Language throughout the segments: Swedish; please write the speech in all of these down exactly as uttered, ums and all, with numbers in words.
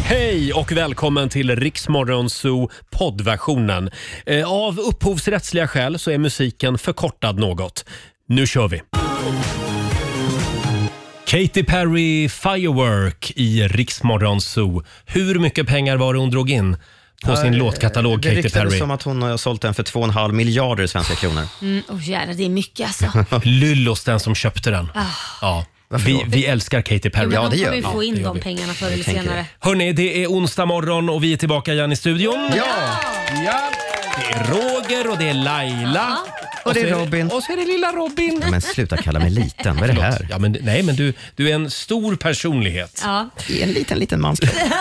Hej och välkommen till Rix Morgon Zoo poddversionen. Eh, av upphovsrättsliga skäl så är musiken förkortad något. Nu kör vi! Katy Perry, Firework i Rix Morgon Zoo. Hur mycket pengar var det hon drog in på ja, sin låtkatalog, Katy Perry? Det ryktades som att hon har sålt den för två och en halv miljarder svenska kronor. Mm, oh, jävlar, det är mycket alltså. Lyllos, den som köpte den. Ah. Ja. Vi, vi älskar Katy Perry. Ja, det gör vi. Få in ja, de pengarna förr eller senare. Hörrni, det är onsdag morgon och vi är tillbaka igen i studion. Ja! Ja! Det är Roger och det är Laila. Ja. Och det är Robin. Och så är det lilla Robin. Ja, men sluta kalla mig liten. Vad är det här? Ja, men, nej, men du, du är en stor personlighet. Ja. En liten, liten man.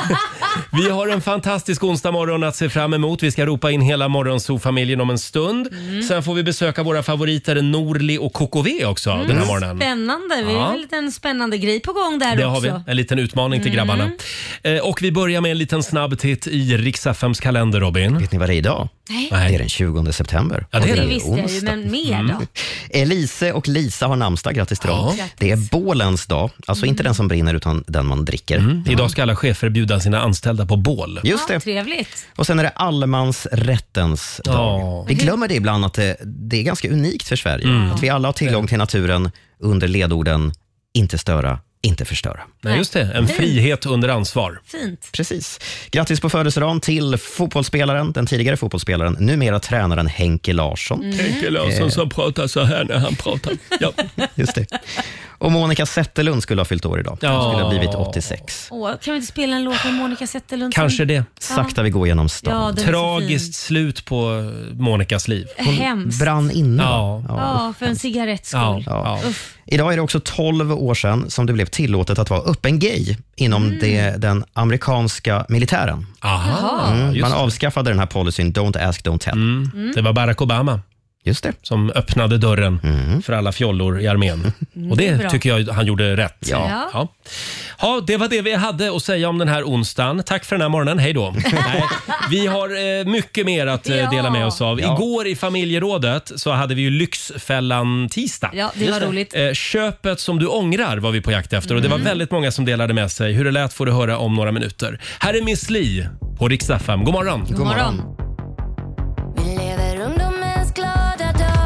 Vi har en fantastisk onsdag morgon att se fram emot. Vi ska ropa in hela Morgonzoo-familjen om en stund. Mm. Sen får vi besöka våra favoriter Norli och K K V också mm. den här morgonen. Spännande. Vi har ja. en liten spännande grej på gång där det också. Det har vi. En liten utmaning till mm. grabbarna. Eh, och vi börjar med en liten snabb titt i Rix F M:s kalender, Robin. Vet ni vad det är idag? Nej. Det är den tjugonde september. Ja, det, är det visste jag ju, men mer då? Mm. Elise och Lisa har namnsdag, grattis till dem. Ja. Det är bålens dag, alltså mm. inte den som brinner utan den man dricker. Mm. Idag ska alla chefer bjuda sina anställda på bål. Just det. Ja, trevligt. Och sen är det allemansrättens dag. Ja. Vi glömmer det ibland att det, det är ganska unikt för Sverige. Mm. Att vi alla har tillgång till naturen under ledorden inte störa, inte förstöra. Nej, just det. En frihet under ansvar. Fint. Precis. Grattis på födelsedagen till fotbollsspelaren, den tidigare fotbollsspelaren, numera tränaren Henke Larsson. Mm. Henke Larsson eh. som pratar så här när han pratar. Ja. Just det. Och Monica Zetterlund skulle ha fyllt år idag. Hon ja. skulle ha blivit åttiosex. Åh, kan vi inte spela en låt med Monica Zetterlund? Kanske det. Sakta vi går genom stan. Ja, tragiskt slut på Monikas liv. Hon Hemskt. brann inne. Ja. Ja. ja, för en cigaretts skull. Ja. Ja. Idag är det också tolv år sedan som det blev tillåtet att vara öppen gay inom mm. det, den amerikanska militären. Aha, mm. Man avskaffade den här policyn Don't ask, don't tell. Mm. Mm. Det var Barack Obama. Just det. Som öppnade dörren mm. för alla fjollor i armén. Mm, och det, det tycker jag han gjorde rätt. Ja. Ja. Ja, det var det vi hade att säga om den här onsdagen. Tack för den här morgonen. Hej då. Nej, vi har eh, mycket mer att eh, dela med oss av. Ja. Igår i familjerådet så hade vi ju Lyxfällan tisdag. Ja, det var roligt. Eh, köpet som du ångrar var vi på jakt efter. Mm. Och det var väldigt många som delade med sig. Hur det lät får du höra om några minuter. Här är Miss Li på Rix F M. God morgon. God morgon. Vi lever ungdomens glada dagar.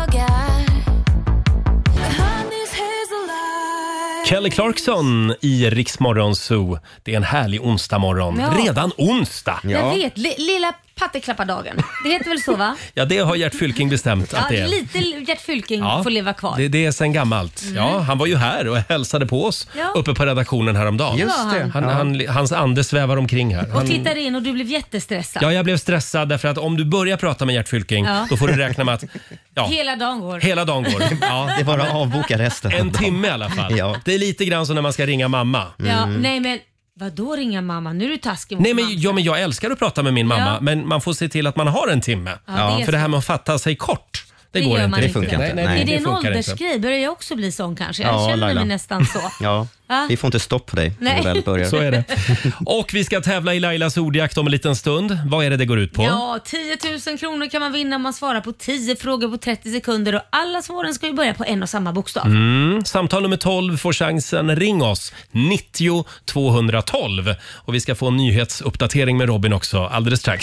Kelly Clarkson i Rix Morgon Zoo. Det är en härlig onsdag morgon. Ja. Redan onsdag. Ja. Jag vet, L- lilla patteklappardagen. Det heter väl så, va? Ja, det har Gert Fylking bestämt ja, att det är. Lite Gert Fylking ja, får leva kvar. Det, det är sen gammalt. Mm. Ja, han var ju här och hälsade på oss ja. uppe på redaktionen häromdagen. Just det. Han, ja. han, hans ande svävar omkring här. Han... Och tittade in och du blev jättestressad. Ja, jag blev stressad därför att om du börjar prata med Gert Fylking ja. då får du räkna med att ja, hela dagen går. Hela dagen går. Ja. Det är bara att avboka resten. En timme i alla fall. Ja. Det är lite grann som när man ska ringa mamma. Mm. Ja, nej men vadå ringa mamma? Nu är du taskig mot Nej, men, mamma. ja, men jag älskar att prata med min mamma. Ja. Men man får se till att man har en timme. Ja, det för det här med att fatta sig kort, det, det går inte. Det funkar inte. Nej, nej, är det, det en åldersgrej? Börjar jag också bli sån kanske? Jag ja, känner Laila. mig nästan så. Ja, ah? Vi får inte stopp på dig när du väl börjar. Så är det. Och vi ska tävla i Lailas ordjakt om en liten stund. Vad är det det går ut på? Ja, tio tusen kronor kan man vinna om man svarar på tio frågor på trettio sekunder. Och alla svaren ska ju börja på en och samma bokstav. Mm. Samtal nummer tolv får chansen. Ring oss. nittio tvåhundratolv. Och vi ska få en nyhetsuppdatering med Robin också alldeles strax.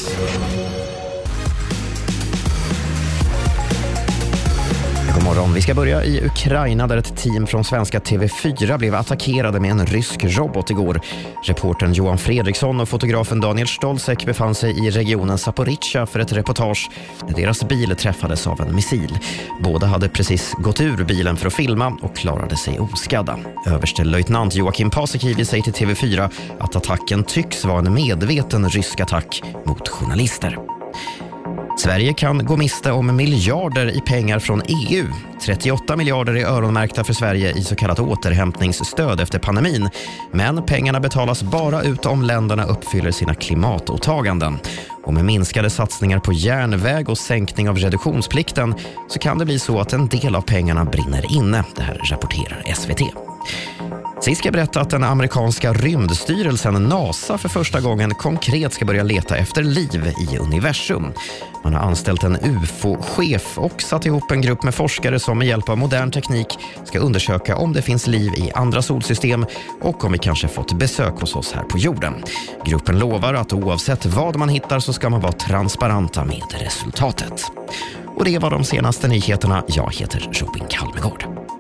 God morgon. Vi ska börja i Ukraina där ett team från svenska T V fyra blev attackerade med en rysk robot igår. Reportern Johan Fredriksson och fotografen Daniel Stolzek befann sig i regionen Zaporizjzja för ett reportage när deras bil träffades av en missil. Båda hade precis gått ur bilen för att filma och klarade sig oskadda. Överstelöjtnant Joakim Paasikivi säger till T V fyra att attacken tycks vara en medveten rysk attack mot journalister. Sverige kan gå miste om miljarder i pengar från E U. trettioåtta miljarder är öronmärkta för Sverige i så kallat återhämtningsstöd efter pandemin. Men pengarna betalas bara ut om länderna uppfyller sina klimatåtaganden. Och med minskade satsningar på järnväg och sänkning av reduktionsplikten så kan det bli så att en del av pengarna brinner inne. Det här rapporterar S V T. Sist ska jag berätta att den amerikanska rymdstyrelsen NASA för första gången konkret ska börja leta efter liv i universum. Man har anställt en U F O-chef och satt ihop en grupp med forskare som med hjälp av modern teknik ska undersöka om det finns liv i andra solsystem och om vi kanske fått besök hos oss här på jorden. Gruppen lovar att oavsett vad man hittar så ska man vara transparenta med resultatet. Och det var de senaste nyheterna. Jag heter Robin Kalmegård.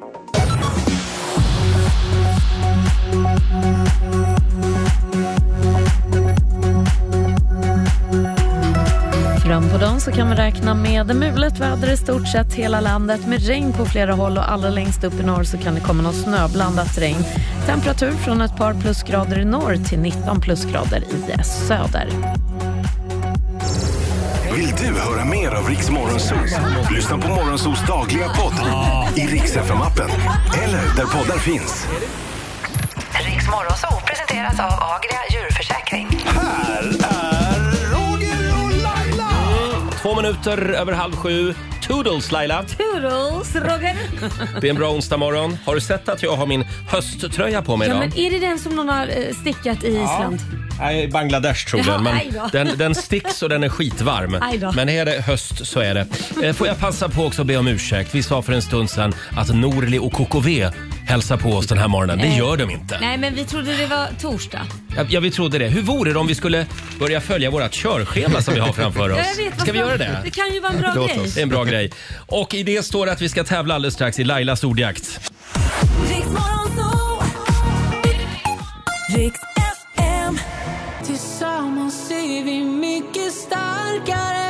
Fram på dagen så kan vi räkna med mulet väder i stort sett hela landet med regn på flera håll och allra längst upp i norr så kan det komma något snöblandat regn. Temperatur från ett par plusgrader i norr till nitton plusgrader i söder. Vill du höra mer av Rix Morgonzoo? Lyssna på Morgonzoos dagliga podd i Rix F M-appen eller där poddar finns. Rix Morgonzoo presenteras av Agria djurförsäkring. Här är Roger och Laila. Två minuter över halv sju. Toodles, Laila. Toodles, Roger. Det är en bra onsdag morgon. Har du sett att jag har min hösttröja på mig ja, idag? men är det den som någon har eh, stickat i Island? Nej, Bangladesh tror Ja, jag. Men aj då. den, den sticks och den är skitvarm. Aj då. Men är det höst så är det. Eh, Får jag passa på också att be om ursäkt. Vi sa för en stund sedan att Norli och K K V hälsar på oss den här morgonen. Det Eh, gör de inte. Nej, men vi trodde det var torsdag. Ja, ja, vi trodde det. Hur vore det om vi skulle börja följa vårat körschema som vi har framför oss? Ja, jag vet, vad Ska vi göra det? Det kan ju vara en bra Låt grej. oss. Det är en bra grej. Och i det står att vi ska tävla alldeles strax i Lailas ordjakt. Rix Morgonzoo. Rix F M. Tillsammans är vi mycket starkare.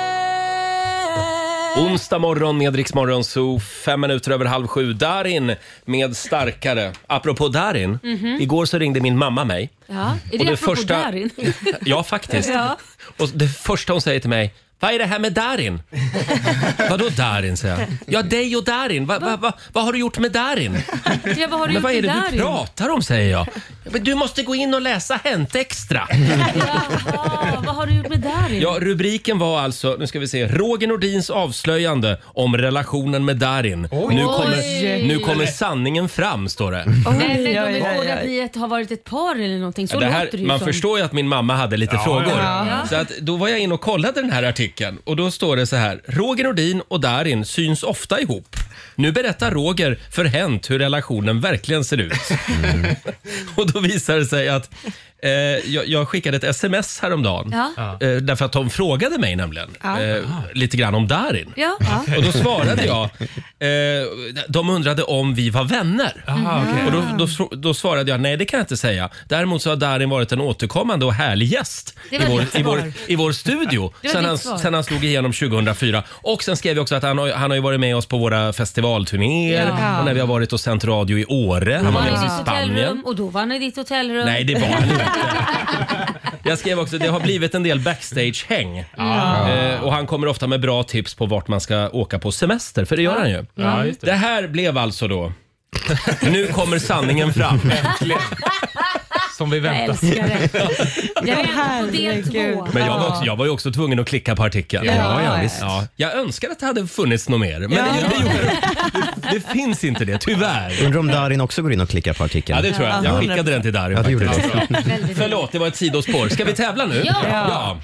Onsdag morgon med Rix Morgonzoo, fem minuter över halv sju. Darin med starkare. Apropå Darin, igår så ringde min mamma mig. Ja, är Och det, det apropå första- Darin? Ja, faktiskt. Ja. Och det första hon säger till mig: vad är det här med Darin? Vadå Darin, säger jag. Ja, dig och Darin. Va, va, va, vad har du gjort med Darin? Ja, vad har du Men gjort vad är med det Darin? du pratar om, säger jag. Ja, men du måste gå in och läsa Hänt Extra. Jaha, vad har du gjort med Darin? Ja, rubriken var alltså, nu ska vi se, Roger Nordins avslöjande om relationen med Darin. Nu kommer, Oj. nu kommer sanningen fram, står det. Nej, men Oj, de oj, är oj, båda oj. ni ett, har varit ett par eller någonting. Så Det här, låter det ju man som. förstår ju att min mamma hade lite frågor. ja. Så att, då var jag in och kollade den här artikeln och då står det så här: Roger Nordin och Darin syns ofta ihop. Nu berättar Roger för Hänt hur relationen verkligen ser ut. Mm. Och då visar det sig att eh, jag, jag skickade ett sms häromdagen. Ja. Eh, därför att de frågade mig nämligen eh, lite grann om Darin. Ja, ja. Och då svarade jag, eh, de undrade om vi var vänner. Och då, då, då svarade jag, nej det kan jag inte säga. Däremot så har Darin varit en återkommande och härlig gäst Det i var vår, ditt i, vår, svar. i vår studio. Det var Sen ditt han, svar. sen han slog igenom tjugohundrafyra. Och sen skrev jag också att han har, han har ju varit med oss på våra festivalturnéer. Ja. Och när vi har varit och sänt radio i Åre. Han var Han med var oss i i ditt Spanien. hotellrum och då var han i ditt hotellrum. Nej, det var han inte. Jag skrev också, det har blivit en del backstage-häng. Eh, och han kommer ofta med bra tips på vart man ska åka på semester, för det gör han ju. Ja, just det. Det här blev alltså då... Nu kommer sanningen fram. Som vi Jag väntar. älskar det. Jag är på del Herregud. två. Men jag var, också, jag var ju också tvungen att klicka på artikeln. Ja, ja, visst. Ja. Jag önskar att det hade funnits något mer. Men Ja. det, det, gjorde, det, det finns inte det, tyvärr. Undrar om Darin också går in och klickar på artikeln. Ja, det tror jag. Jag skickade den till Darin. Ja, det gjorde faktiskt. det. Ja. Väldigt Förlåt, det var ett sidospår. Ska vi tävla nu? Ja. ja.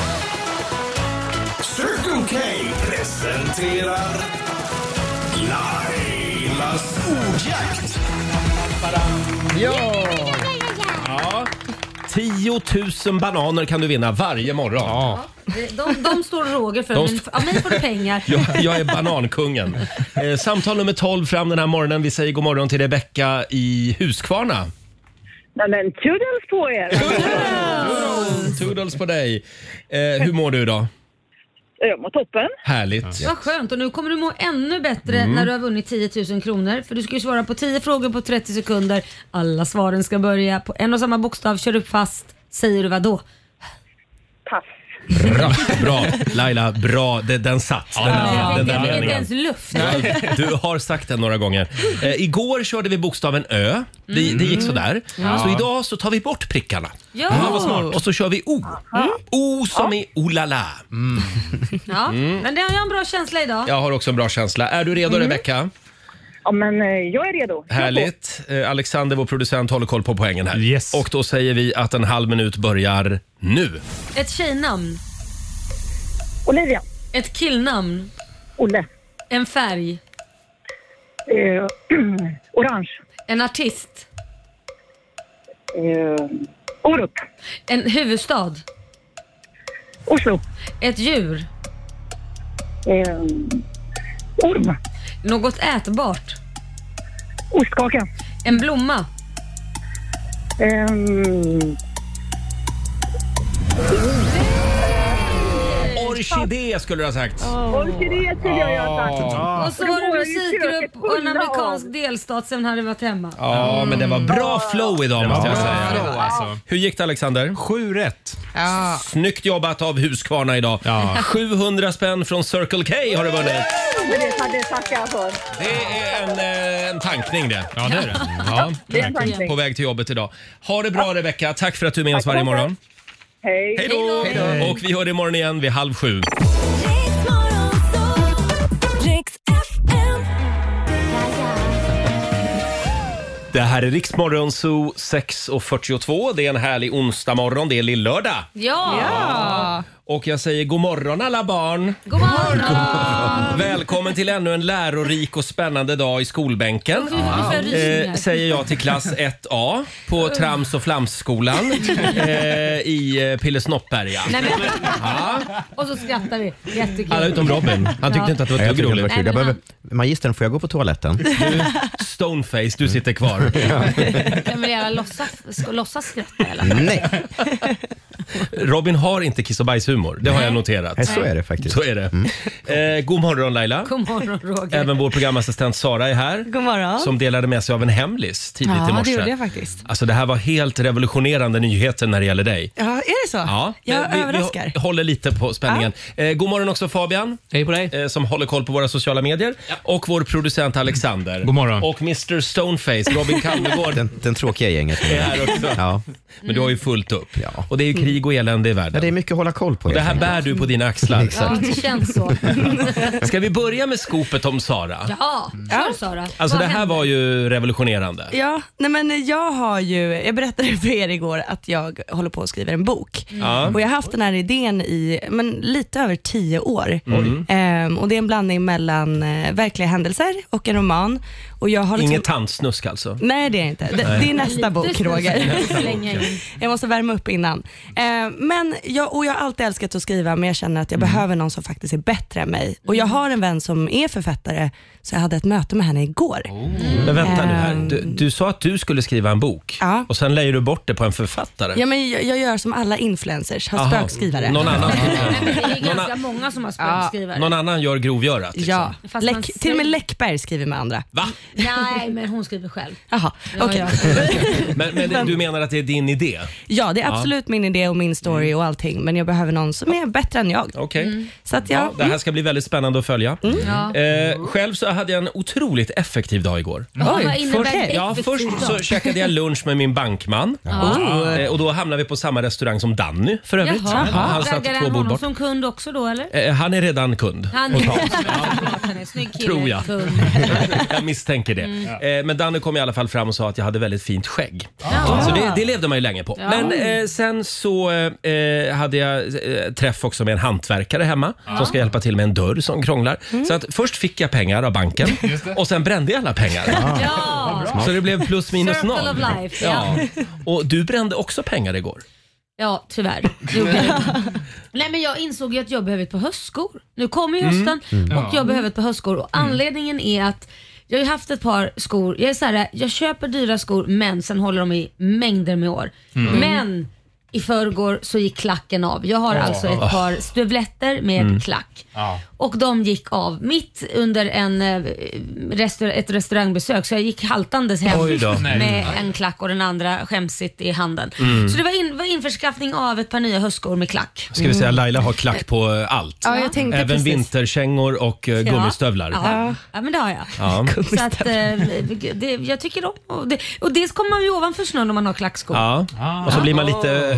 Circle K presenterar Lailas ordjakt. Ja. ja. tio tusen bananer kan du vinna varje morgon. Ja. De, de står Roger för, De men st- av mig får du pengar. Jag, jag är banankungen. Eh, samtal nummer tolv fram den här morgonen. Vi säger god morgon till Rebecka i Huskvarna. Nej men toodles på er! Toodles! Toodles på dig. Eh, hur mår du idag? Jag mår toppen. Härligt. Vad skönt, och nu kommer du må ännu bättre när du har vunnit tio tusen kronor. För du ska ju svara på tio frågor på trettio sekunder. Alla svaren ska börja på en och samma bokstav. Kör upp fast. Säger du vad då? Pass. Bra, bra. Laila, bra. Det, den satt. Den, Ja, den det där är inte meningen. ens luft. Du har sagt den några gånger. Eh, igår körde vi bokstaven Ö. Det, det gick sådär. Så idag så tar vi bort prickarna. Ja, Och så kör vi O. O som i olala. ja. men det har jag en bra känsla idag. Jag har också en bra känsla. Är du redo, Rebecka? Ja, men eh, jag är redo. Härligt. Eh, Alexander, vår producent, håller koll på poängen här. Yes. Och då säger vi att en halv minut börjar nu. Ett tjejnamn. Olivia. Ett killnamn. Olle. En färg. Eh, orange. En artist. Eh, Orup. En huvudstad. Oslo. Ett djur. Eh, orm. Något ätbart. Ostkaka. En blomma. Eh, Orkidé skulle du ha sagt. Orkidé skulle jag ha sagt. Ja. Och så var det musikgrupp och en amerikansk delstat sen hade varit hemma. Ja, men det var bra flow idag måste jag säga. Flow, alltså. Hur gick det, Alexander? Sju rätt. Ja. Snyggt jobbat av Husqvarna idag. Ja. sjuhundra spänn från Circle K har du vunnit. Men det, det tackar jag för. Det är en, eh, en tankning det. Ja, det är det. Ja, Det är en tankning. på väg till jobbet idag. Ha det bra Rebecka. Tack för att du är med oss Tack varje så mycket. morgon. Hej. Hej då! Och vi hör imorgon igen vid halv sju. Det här är Riksmorgon Zoo sex och fyrtiotvå. Det är en härlig onsdag morgon. Det är lillördag. Ja. Ja. Och jag säger god morgon alla barn. God morgon. Välkommen till ännu en lärorik och spännande dag i skolbänken. Eh, säger jag till klass ett A på Trams och Flamsskolan eh, i eh, Pillesnoppberga. Nej, men, Ja. och så skrattar vi. Jättekul. Alla utom Robin. Han tyckte Ja. inte att det var Jag ett tycker dugg det var roligt. kul. Jag behöver, magistern, får jag gå på toaletten? Du, Stoneface, du sitter kvar. Kan vi göra låtsas, låtsas skratta eller? Nej, Robin har inte kiss och bajshumor. Det har jag noterat. Nej, så är det faktiskt. Så är det. Eh, god morgon Laila. God morgon Roger. Även vår programassistent Sara är här. God morgon. Som delade med sig av en hemlis tidigt Ja, i morse. det gjorde jag faktiskt. Alltså det här var helt revolutionerande nyheter när det gäller dig. Ja, är det så? Ja, Jag men vi, överraskar. vi håller lite på spänningen. Eh, god morgon också Fabian. Hej på dig. Eh, som håller koll på våra sociala medier. Och vår producent Alexander. God morgon. Och mister Stoneface, Robin Kalmegård. Den, den tråkiga gänget. är här också. Ja. Men du har ju fullt upp. Ja. Och det är ju krig och elände i världen. Ja, det är mycket att hålla koll på. Och det här helt bär du på dina axlar. Ja, det känns så. Ska vi börja med skopet om Sara? Ja, kör Sara. Alltså Vad det här hände? var ju revolutionerande. Ja, nej men jag har ju, jag berättade för er igår att jag håller på att skriva en bok. Ja. Och jag har haft den här idén i men, lite över tio år. Mm. Ehm, och det är en blandning mellan eh, verkliga händelser och en roman. Och jag har liksom... Inget tantsnusk alltså? Nej, det är inte. Det, det är nästa bok, Roger. Slänga in. Jag måste värma upp innan. Eh, men jag, och jag har alltid älskat att skriva, men jag känner att jag Mm. behöver någon som faktiskt är bättre än mig. Och jag har en vän som är författare, så jag hade ett möte med henne igår. Men vänta nu här. Ehm. Du, du sa att du skulle skriva en bok. Ja. Och sen lägger du bort det på en författare. Ja, men jag, jag gör som alla influencers, har Aha. spökskrivare. Någon annan, Nej, men det är någon, ganska an- många som har spökskrivare. någon annan gör grovgörat. Liksom. Ja, Fast man Läck, till och med säger- Läckberg skriver med andra. Va? Nej, men hon skriver själv. Jaha, Ja, okej. ja. Men, men du menar att det är din idé? Ja, det är absolut min idé och min story och allting, men jag behöver någon som är bättre än jag. Okej. Så att Ja, jag, det här ska bli väldigt spännande att följa. Ja. Eh, själv så hade jag en otroligt effektiv dag igår. Ja, vad innebär okej. det? Ja, Effektiv först så dag? käkade jag lunch med min bankman. Ja. Eh, och då hamnade vi på samma restaurang som Danny för övrigt. Jaha, Ja, han satt raggar två han bord honom bort. som kund också då eller? Eh, han är redan kund. Han hos är, oss. han är snygg kille, Tror jag. kund. Jag misstänker det. Eh, men Danny kom i alla fall fram och sa att jag hade väldigt fint skägg. Ja. Så det, det levde man ju länge på. Ja. Men eh, sen så eh, hade jag eh, träff också med en hantverkare hemma som ska hjälpa till med en dörr som krånglar. Så att först fick jag pengar av banken och sen brände jag alla pengar. Ja, Så det blev plus minus Circle noll. of life, Ja. ja. Och du brände också pengar igår. ja tyvärr. Gjorde jag. Nej, men jag insåg ju att jag behöver ett par höstskor. Nu kommer ju hösten och jag behöver ett par höstskor. Och anledningen är att jag har ju haft ett par skor. Jag är så här, jag köper dyra skor men sen håller de i mängder med år. Men i förrgår så gick klacken av. Jag har alltså ett par stövletter med klack. Ja. Och de gick av mitt under en, eh, restaur- ett restaurangbesök. Så jag gick haltandes hem Oj då. med en klack och den andra skämsigt i handen. Så det var, in, var införskaffning av ett par nya höstskor med klack. Ska vi säga Laila har klack på allt. ja, jag tänkte Även precis. vinterkängor och eh, gummistövlar. Ja. Ja, men det har jag. Ja. Så att, eh, det, jag tycker om och det, och det kommer man ju ovanför snön om man har klackskor. Ja. Och så blir man lite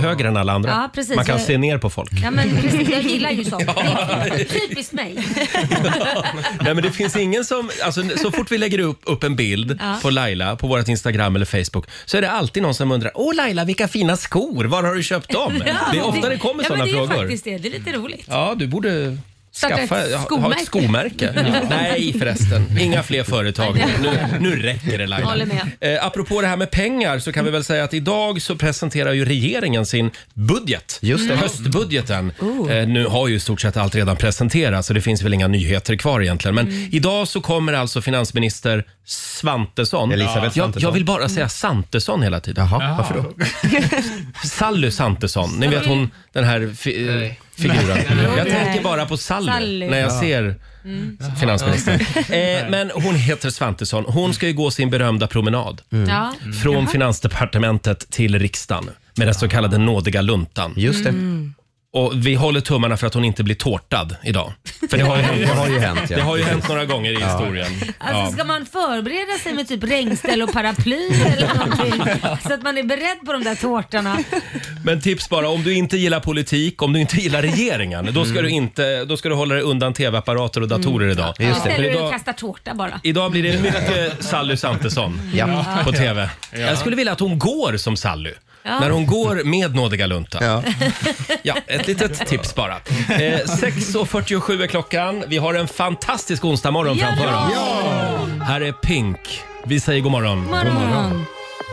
högre än alla andra. Ja, precis. Man kan Jag- se ner på folk. Ja, men precis, jag gillar ju sånt. Det är typiskt mig. Nej, men det finns ingen som... Alltså, så fort vi lägger upp, upp en bild Ja. på Laila på vårt Instagram eller Facebook så är det alltid någon som undrar: Åh Laila, vilka fina skor! Var har du köpt dem? Ja, det är ofta det kommer ja, sådana men det är frågor. faktiskt det. Det är lite roligt. Ja, du borde Starta skaffa ett ha- ha skomärke. ett skomärke. Nej förresten, inga fler företag. Nu, nu räcker det Laila. Håller med. Eh, apropå det här med pengar så kan vi väl säga att idag så presenterar ju regeringen sin budget. Just det. Höstbudgeten. Eh, nu har ju i stort sett allt redan presenterats så det finns väl inga nyheter kvar egentligen. Men idag så kommer alltså finansminister Svantesson. Elisabeth Jag, Svantesson. jag vill bara säga Santesson hela tiden. Jaha, varför då? Sally Santesson. Ni vet hon, den här fi, eh, figuren. Jag tänker bara på Sally, Sally. när jag ser finansministern. Eh, men hon heter Svantesson. Hon ska ju gå sin berömda promenad Ja. från finansdepartementet till riksdagen med den så kallade nådiga luntan. Just det. Och vi håller tummarna för att hon inte blir tårtad idag. För det har ju hänt, Det har ju hänt, ja. det har ju hänt några gånger i historien. Alltså Ja. ska man förbereda sig med typ regnställ och paraply eller någonting så att man är beredd på de där tårtorna? Men tips bara, om du inte gillar politik, om du inte gillar regeringen, då ska, du, inte, då ska du hålla dig undan tv-apparater och datorer idag. Ja, För ställer du idag, och kastar tårta bara. idag blir det mycket Sally Santesson Ja. på tv. Jag skulle vilja att hon går som Sally. Ja. När hon går med nådiga lunta. Ja. Ja, ett litet tips bara. Eh, sex och fyrtiosju är klockan. Vi har en fantastisk onsdag morgon Ja! framför oss. Ja! Här är Pink. Vi säger god morgon. Morgon.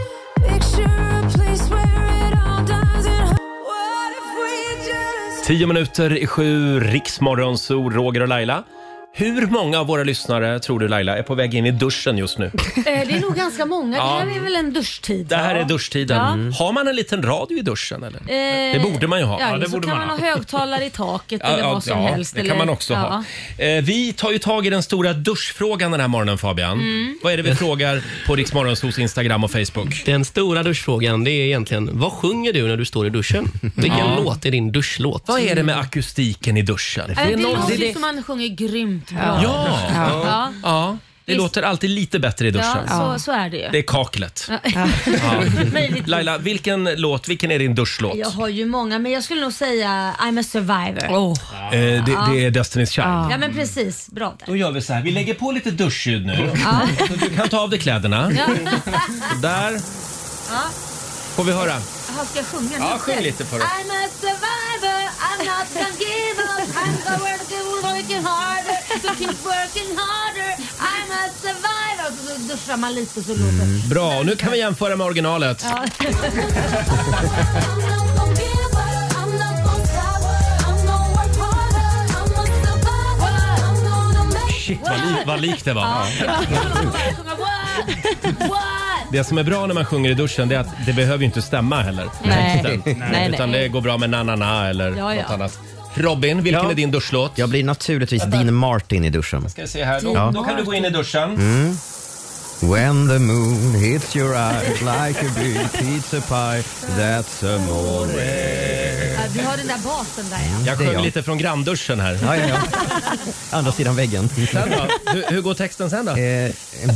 Tio minuter i sju, Riksmorgon, så Roger och Laila. Hur många av våra lyssnare tror du Laila är på väg in i duschen just nu? Eh, Det är nog ganska många. Ja. Det här är väl en duschtid? Det här är duschtiden. Ja. Mm. Har man en liten radio i duschen eller? Eh, Det borde man ju ha. Ja, Ja, eller det så borde kan man man ha. ha högtalare i taket Ja, eller ja, vad som ja, helst. det eller, kan man också ha. Eh, vi tar ju tag i den stora duschfrågan den här morgonen, Fabian. Mm. Vad är det vi frågar på Riksmorgons Instagram och Facebook? Den stora duschfrågan det är egentligen, vad sjunger du när du står i duschen? Vilken Ja. låt är din duschlåt? Vad är det med akustiken i duschen? Äh, det någon- låter det- ju som man sjunger grymt bra. Ja, ja. Ja. ja. Det Visst. låter alltid lite bättre i duschen. Ja, så, så är det ju. Det är kaklet. Ja. Möjligtvis. Laila, vilken låt, vilken är din duschlåt? Jag har ju många, men jag skulle nog säga I'm a survivor. Oh. Eh, det, det är Destiny's Child. Ja men precis, bra där. Då gör vi så här, vi lägger på lite duschljud nu. Ja. Så du kan ta av dig kläderna. Ja. Där Ja. får vi höra. Jaha, ska jag sjunga? Ja, sjung lite för oss. I'm a survivor, I'm not gonna give up. I'm gonna work, working harder, to keep working harder. I'm a survivor. Och så duschar man lite så låter det. Bra, och nu kan vi jämföra med originalet. Ja. Shit, vad, li vad likt det var. What? Det som är bra när man sjunger i duschen det är att det behöver ju inte stämma heller. Nej. Texten. Nej, Utan nej. det går bra med na-na-na eller Ja, ja. något annat. Robin, vilken Ja. är din duschlåt? Jag blir naturligtvis Dean Martin i duschen. Ska jag se här. Då, Ja. då kan du gå in i duschen. Mm. When the moon hits your eyes like a big pizza pie, that's amore. Ja, vi har den där basen där ja. Jag Det är sjöng jag. lite från grannduschen här. Ja, ja, ja. Andra sidan väggen. Sen då? Hur, hur går texten sen då? Eh,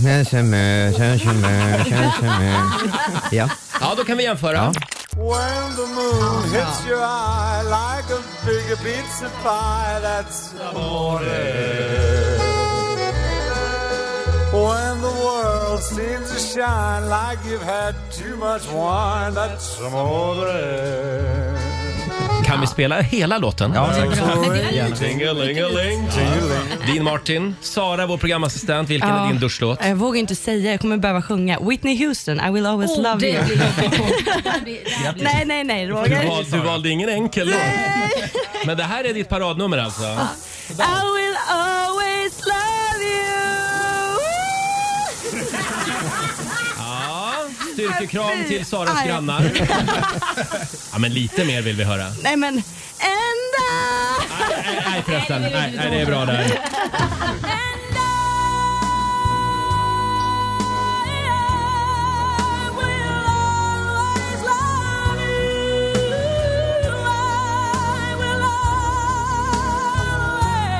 Ja. Ja, då kan vi jämföra. Ja. When the moon hits your eye like a big pizza pie, that's amore. When the world seems to shine like you've had too much wine, that's amore. Kan vi spela hela låten? Ja, tack. Gärna. Tingelingeling. Dean Martin. Sara, vår programassistent, vilken Ja. är din duschlåt? Jag vågar inte säga, jag kommer behöva sjunga Whitney Houston, I will always Oh, love det you. blir jobbigt. Nej, nej, nej Du, Roger. val, du valde ingen enkel låt. Men det här är ditt paradnummer alltså? I will always love you. Ja, styrkekram till Saras grannar. Ja, men lite mer vill vi höra. Nej men, ända. Nej, nej förresten. Nej, nej, det är bra där.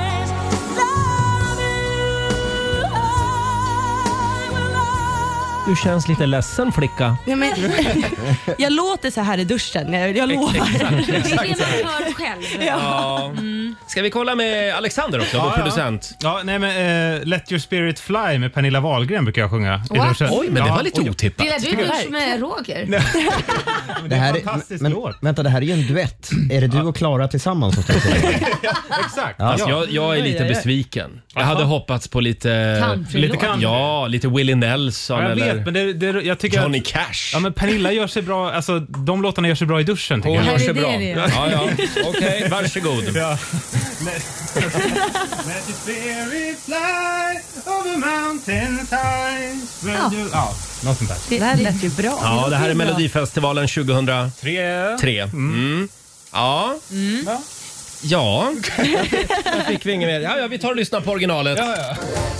Nu Du känns lite ledsen, flicka. Ja, men, jag låter så här i duschen. Jag, jag lovar. Exakt, exakt. Det är man hör själv. Ja. Mm. Ska vi kolla med Alexander också, vår ja. producent? Ja, nej men uh, Let Your Spirit Fly med Pernilla Wahlgren brukar jag sjunga. I What? duschen. Oj, men det Ja, var lite oj. otippat. Delar du dusch med Roger? Det är en fantastisk men, låt. vänta, det här är ju en duett. Är det du och Klara tillsammans som står på det? Exakt. Ja. Alltså, jag, jag är lite Oj, oj, oj. besviken. Jag hade hoppats på lite... Country Lite låt. country. Ja, lite Willie Nelson Ja, jag eller vet, men det, det, jag tycker Johnny att, Cash. ja, men Pernilla gör sig bra, alltså de låtarna gör sig bra i duschen tycker Hon jag. gör sig det bra. är det. Ja, ja. Okej, okay, varsågod. Ja. Let your spirit fly over mountains high. Ja. Ja, något sånt där. Det här lät ju bra. Ja, det här är Melodifestivalen tjugohundratre. Tre. Mm. Ja. Mm. Ja. Ja. Där fick vi inget mer. Ja, ja, vi tar och lyssnar på originalet. Ja, ja.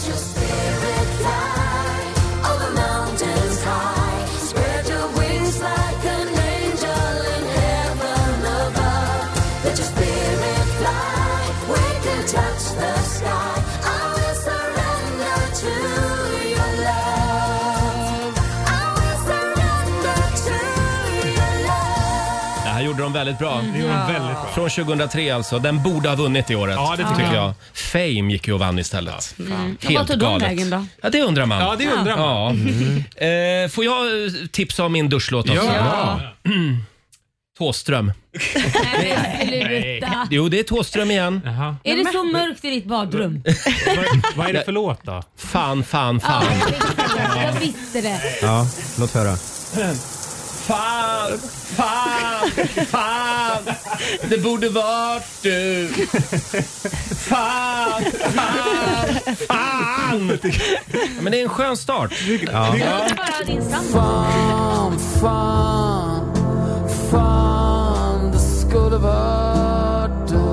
Det här gjorde de väldigt bra. Det gjorde de väldigt bra. Från tjugohundratre alltså. Den borde ha vunnit i året. Ja, det tycker jag. Fame gick ju och vann istället. Mm. Helt Vad tog de galet. vägen då? Ja, det undrar man. Ja, det undrar man. Ja. Mm. Eh, får jag tipsa om min duschlåt också? Ja. Thåström. Nej, sluta. Jo, det är Thåström igen. Jaha. Är det så mörkt i ditt badrum? Vad, vad är det för låt då? Fan, fan, fan. Jag visste det. Ja, låt höra. Fan, fan, fan. Det borde varit du. Fan, fan, fan. Ja, men det är en skön start. Ja. Jag vill bara ha din sambo. Fan, fan, fan, det skulle varit du.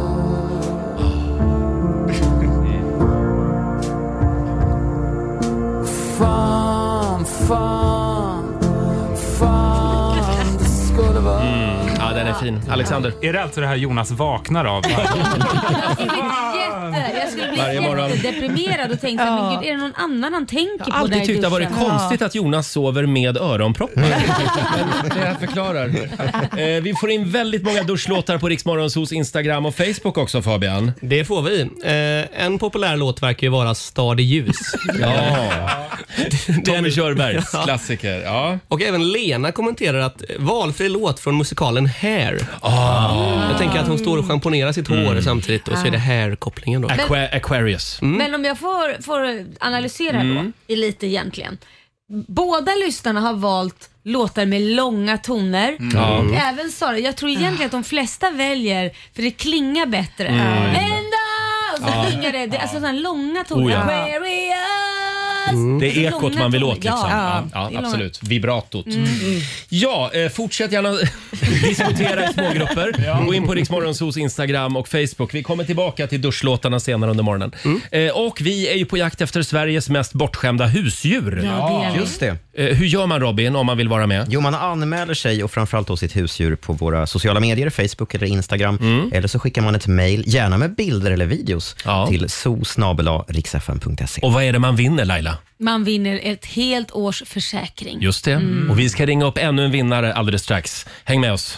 Fan, fan, fan, det skulle varit. Mm. Ja, den är fin. Alexander. Är det alltså det här Jonas vaknar av? Jag skulle bli jätte, jag skulle bli Varje morgon. jättedeprimerad och tänkte, Ja. men gud, är det någon annan han tänker Jag på har alltid där i tyckt det har varit duschen? konstigt att Jonas sover med öronproppar. Men det här förklarar. Eh, vi får in väldigt många duschlåtar på Rix Morgonzos Instagram och Facebook också, Fabian. Det får vi. Eh, en populär låt verkar ju vara Stad i ljus. Ja. Tommy Körbergs Ja. klassiker. Ja. Och även Lena kommenterar att valfri låt från musikalen Hair. Ah. Jag tänker att hon står och schamponerar sitt hår Mm. samtidigt och så är det Hair-kopplingen då. Aqua- Aquarius. Men om jag får, får analysera Mm. då, i lite egentligen. Båda lyssnarna har valt låtar med långa toner. Mm. Ja. Och även Sara, jag tror egentligen att de flesta väljer, för det klingar bättre. Mm. Ända! Och så Ja. klingar det, det alltså sådana långa toner. Oh, ja. Aquarius! Mm. Det är Långa ekot man vill toner. åt liksom. Ja, Ja, det ja, är långa. absolut. Vibratot. Mm. Ja, eh, fortsätt gärna diskutera i smågrupper. Gå in på Rix Morgonzos Instagram och Facebook. Vi kommer tillbaka till duschlåtarna senare under morgonen. Eh, och vi är ju på jakt efter Sveriges mest bortskämda husdjur. Ja, det är vi. Just det. Eh, hur gör man, Robin, om man vill vara med? Jo, man anmäler sig och framförallt då sitt husdjur på våra sociala medier, Facebook eller Instagram. Eller så skickar man ett mejl, gärna med bilder eller videos, Ja. till so snabel-a riksfm punkt se. Och vad är det man vinner, Laila? Man vinner ett helt års försäkring. Just det. Och vi ska ringa upp ännu en vinnare alldeles strax. Häng med oss.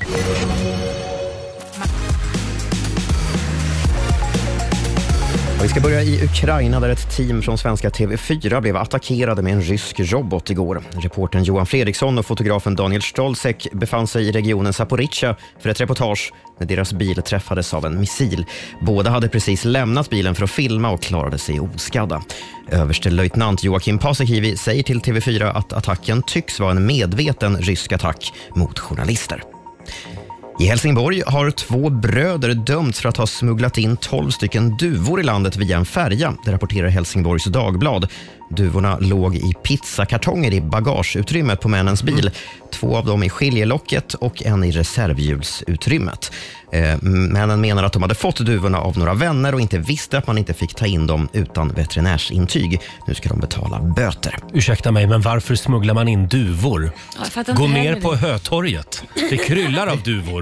Och vi ska börja i Ukraina där ett team från svenska T V fyra blev attackerade med en rysk robot igår. Reportern Johan Fredriksson och fotografen Daniel Stolzek befann sig i regionen Zaporizjzja för ett reportage när deras bil träffades av en missil. Båda hade precis lämnat bilen för att filma och klarade sig oskadda. Överstelöjtnant Joakim Paasikivi säger till T V fyra att attacken tycks vara en medveten rysk attack mot journalister. I Helsingborg har två bröder dömts för att ha smugglat in tolv stycken duvor i landet via en färja. Det rapporterar Helsingborgs Dagblad. Duvorna låg i pizzakartonger i bagageutrymmet på männens bil. Två av dem i skiljelocket och en i reservhjulsutrymmet. Eh, männen menar att de hade fått duvorna av några vänner och inte visste att man inte fick ta in dem utan veterinärsintyg. Nu ska de betala böter. Ursäkta mig, men varför smugglar man in duvor? Ja, jag fattar Gå inte ner heller på det. Hötorget. Det kryllar av duvor.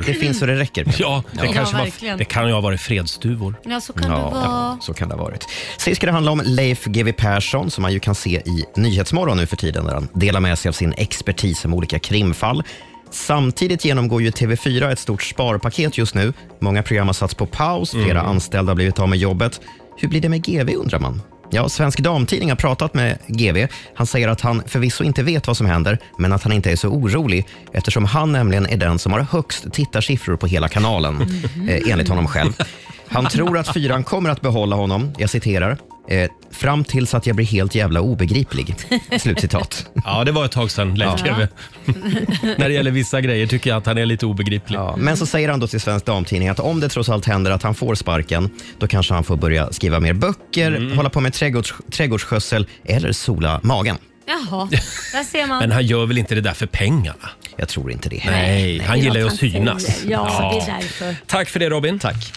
Det finns så det räcker. Ja, det, Ja, kanske var, verkligen. det kan ju ha varit fredsduvor. Ja, så kan Ja, det vara. ja, så kan det ha varit. Sist ska det handla om Leif G W Persson som man ju kan se i Nyhetsmorgon nu för tiden där han delar med sig av sin expertis om olika krimfall. Samtidigt genomgår ju T V fyra ett stort sparpaket just nu. Många program har satts på paus, flera Mm. anställda har blivit av med jobbet. Hur blir det med G W undrar man? Ja, Svensk Damtidning har pratat med G W. Han säger att han förvisso inte vet vad som händer, men att han inte är så orolig eftersom han nämligen är den som har högst tittarsiffror på hela kanalen, eh, enligt honom själv. Han tror att fyran kommer att behålla honom, jag citerar, eh, fram tills att jag blir helt jävla obegriplig. Slutcitat. Ja, det var ett tag sedan, Leif Ja. G W. När det gäller vissa grejer tycker jag att han är lite obegriplig. Ja, men så säger han då till Svensk Damtidning att om det trots allt händer att han får sparken, då kanske han får börja skriva mer böcker, Mm. hålla på med trädgårds, trädgårdsskötsel eller sola magen. Jaha, där ser man. Men han gör väl inte det där för pengarna? Jag tror inte det. Nej, han det är gillar ju något att han synas. säger. Ja, det är därför. Tack för det, Robin. Tack.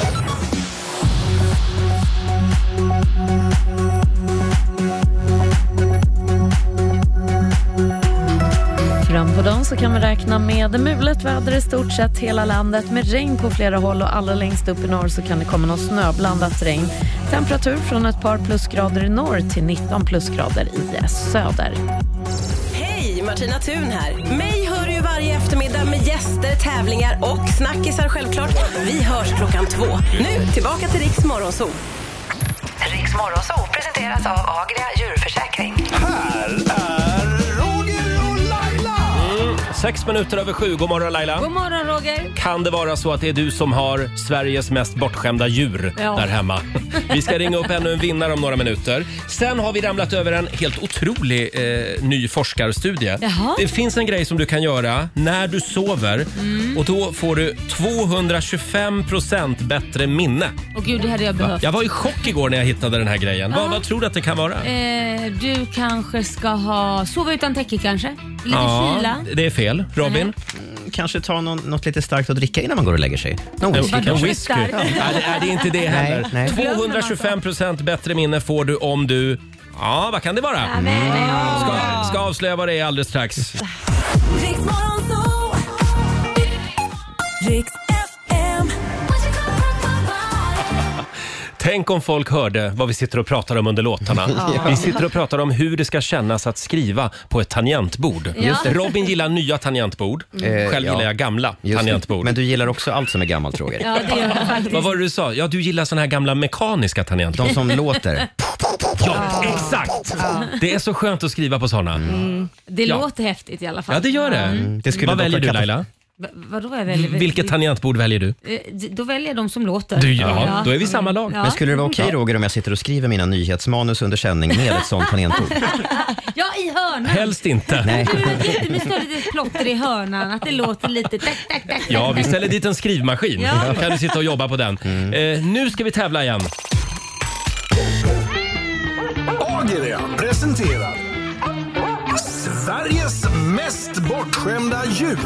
Fram på dagen så kan vi räkna med mulet väder i stort sett hela landet med regn på flera håll och allra längst upp i norr så kan det komma någon snöblandat regn. Temperatur från ett par plusgrader i norr till nitton plusgrader i söder. Hej, Martina Thun här. Mig hör du varje eftermiddag med gäster, tävlingar och snackisar självklart. Vi hörs klockan två. Nu tillbaka till Riks Morgonzoo. Riks Morgonzoo presenteras av Agria djurförsäkring. Här är Roger och Laila. Mm. Sex minuter över sju. God morgon, Laila. God morgon, Roger. Kan det vara så att det är du som har Sveriges mest bortskämda djur Ja. där hemma? Vi ska ringa upp ännu en vinnare om några minuter. Sen har vi ramlat över en helt otrolig eh, ny forskarstudie. Jaha. Det finns en grej som du kan göra när du sover och då får du tvåhundratjugofem procent bättre minne. Åh gud, det hade jag behövt. Jag var i chock igår när jag hittade den här grejen. Vad, Ja. vad tror du att det kan vara? Eh, du kanske ska ha sova utan täcke kanske? Lite kyla? det är fel. Robin? Kanske ta någon, något lite starkt att dricka innan man går och lägger sig. Någon whisky En kanske. whisky. Ja, det, är det inte det heller. Nej, nej. tvåhundratjugofem procent bättre minne får du om du... Ja, vad kan det vara? Ska, ska avslöja vad det är alldeles strax. Riks Morgonzoo. Riks F M. Tänk om folk hörde vad vi sitter och pratar om under låtarna. Ja. Vi sitter och pratar om hur det ska kännas att skriva på ett tangentbord. Ja. Just det. Robin gillar nya tangentbord. Mm. Själv Ja. gillar jag gamla Just det. tangentbord. Men du gillar också allt som är gammalt, Roger. Ja, det gör jag faktiskt. Vad var det du sa? Ja, du gillar såna här gamla mekaniska tangentbord. De som låter. Ja, exakt! Det är så skönt att skriva på såna. Mm. Det Ja. låter häftigt i alla fall. Ja, det gör det. Mm. Det skulle Vad dock väljer vara du, Laila? Va- vadå jag väljer? Vilket tangentbord väljer du? Eh, d- Då väljer jag de som låter. Du, ja, då är vi samma lag. Ja. Men skulle det vara okej, Roger, om jag sitter och skriver mina nyhetsmanus under sändning med ett sånt tangentbord? Ja, i hörnan. Helst inte. Nej. Du är jättemysigt att ha lite plotter i hörnan, att det låter lite tack, tack, tack. Ja, vi ställer dit en skrivmaskin. Ja. Då kan du sitta och jobba på den. Eh, nu ska vi tävla igen. Agria presenterar Sveriges mest bortskämda djur.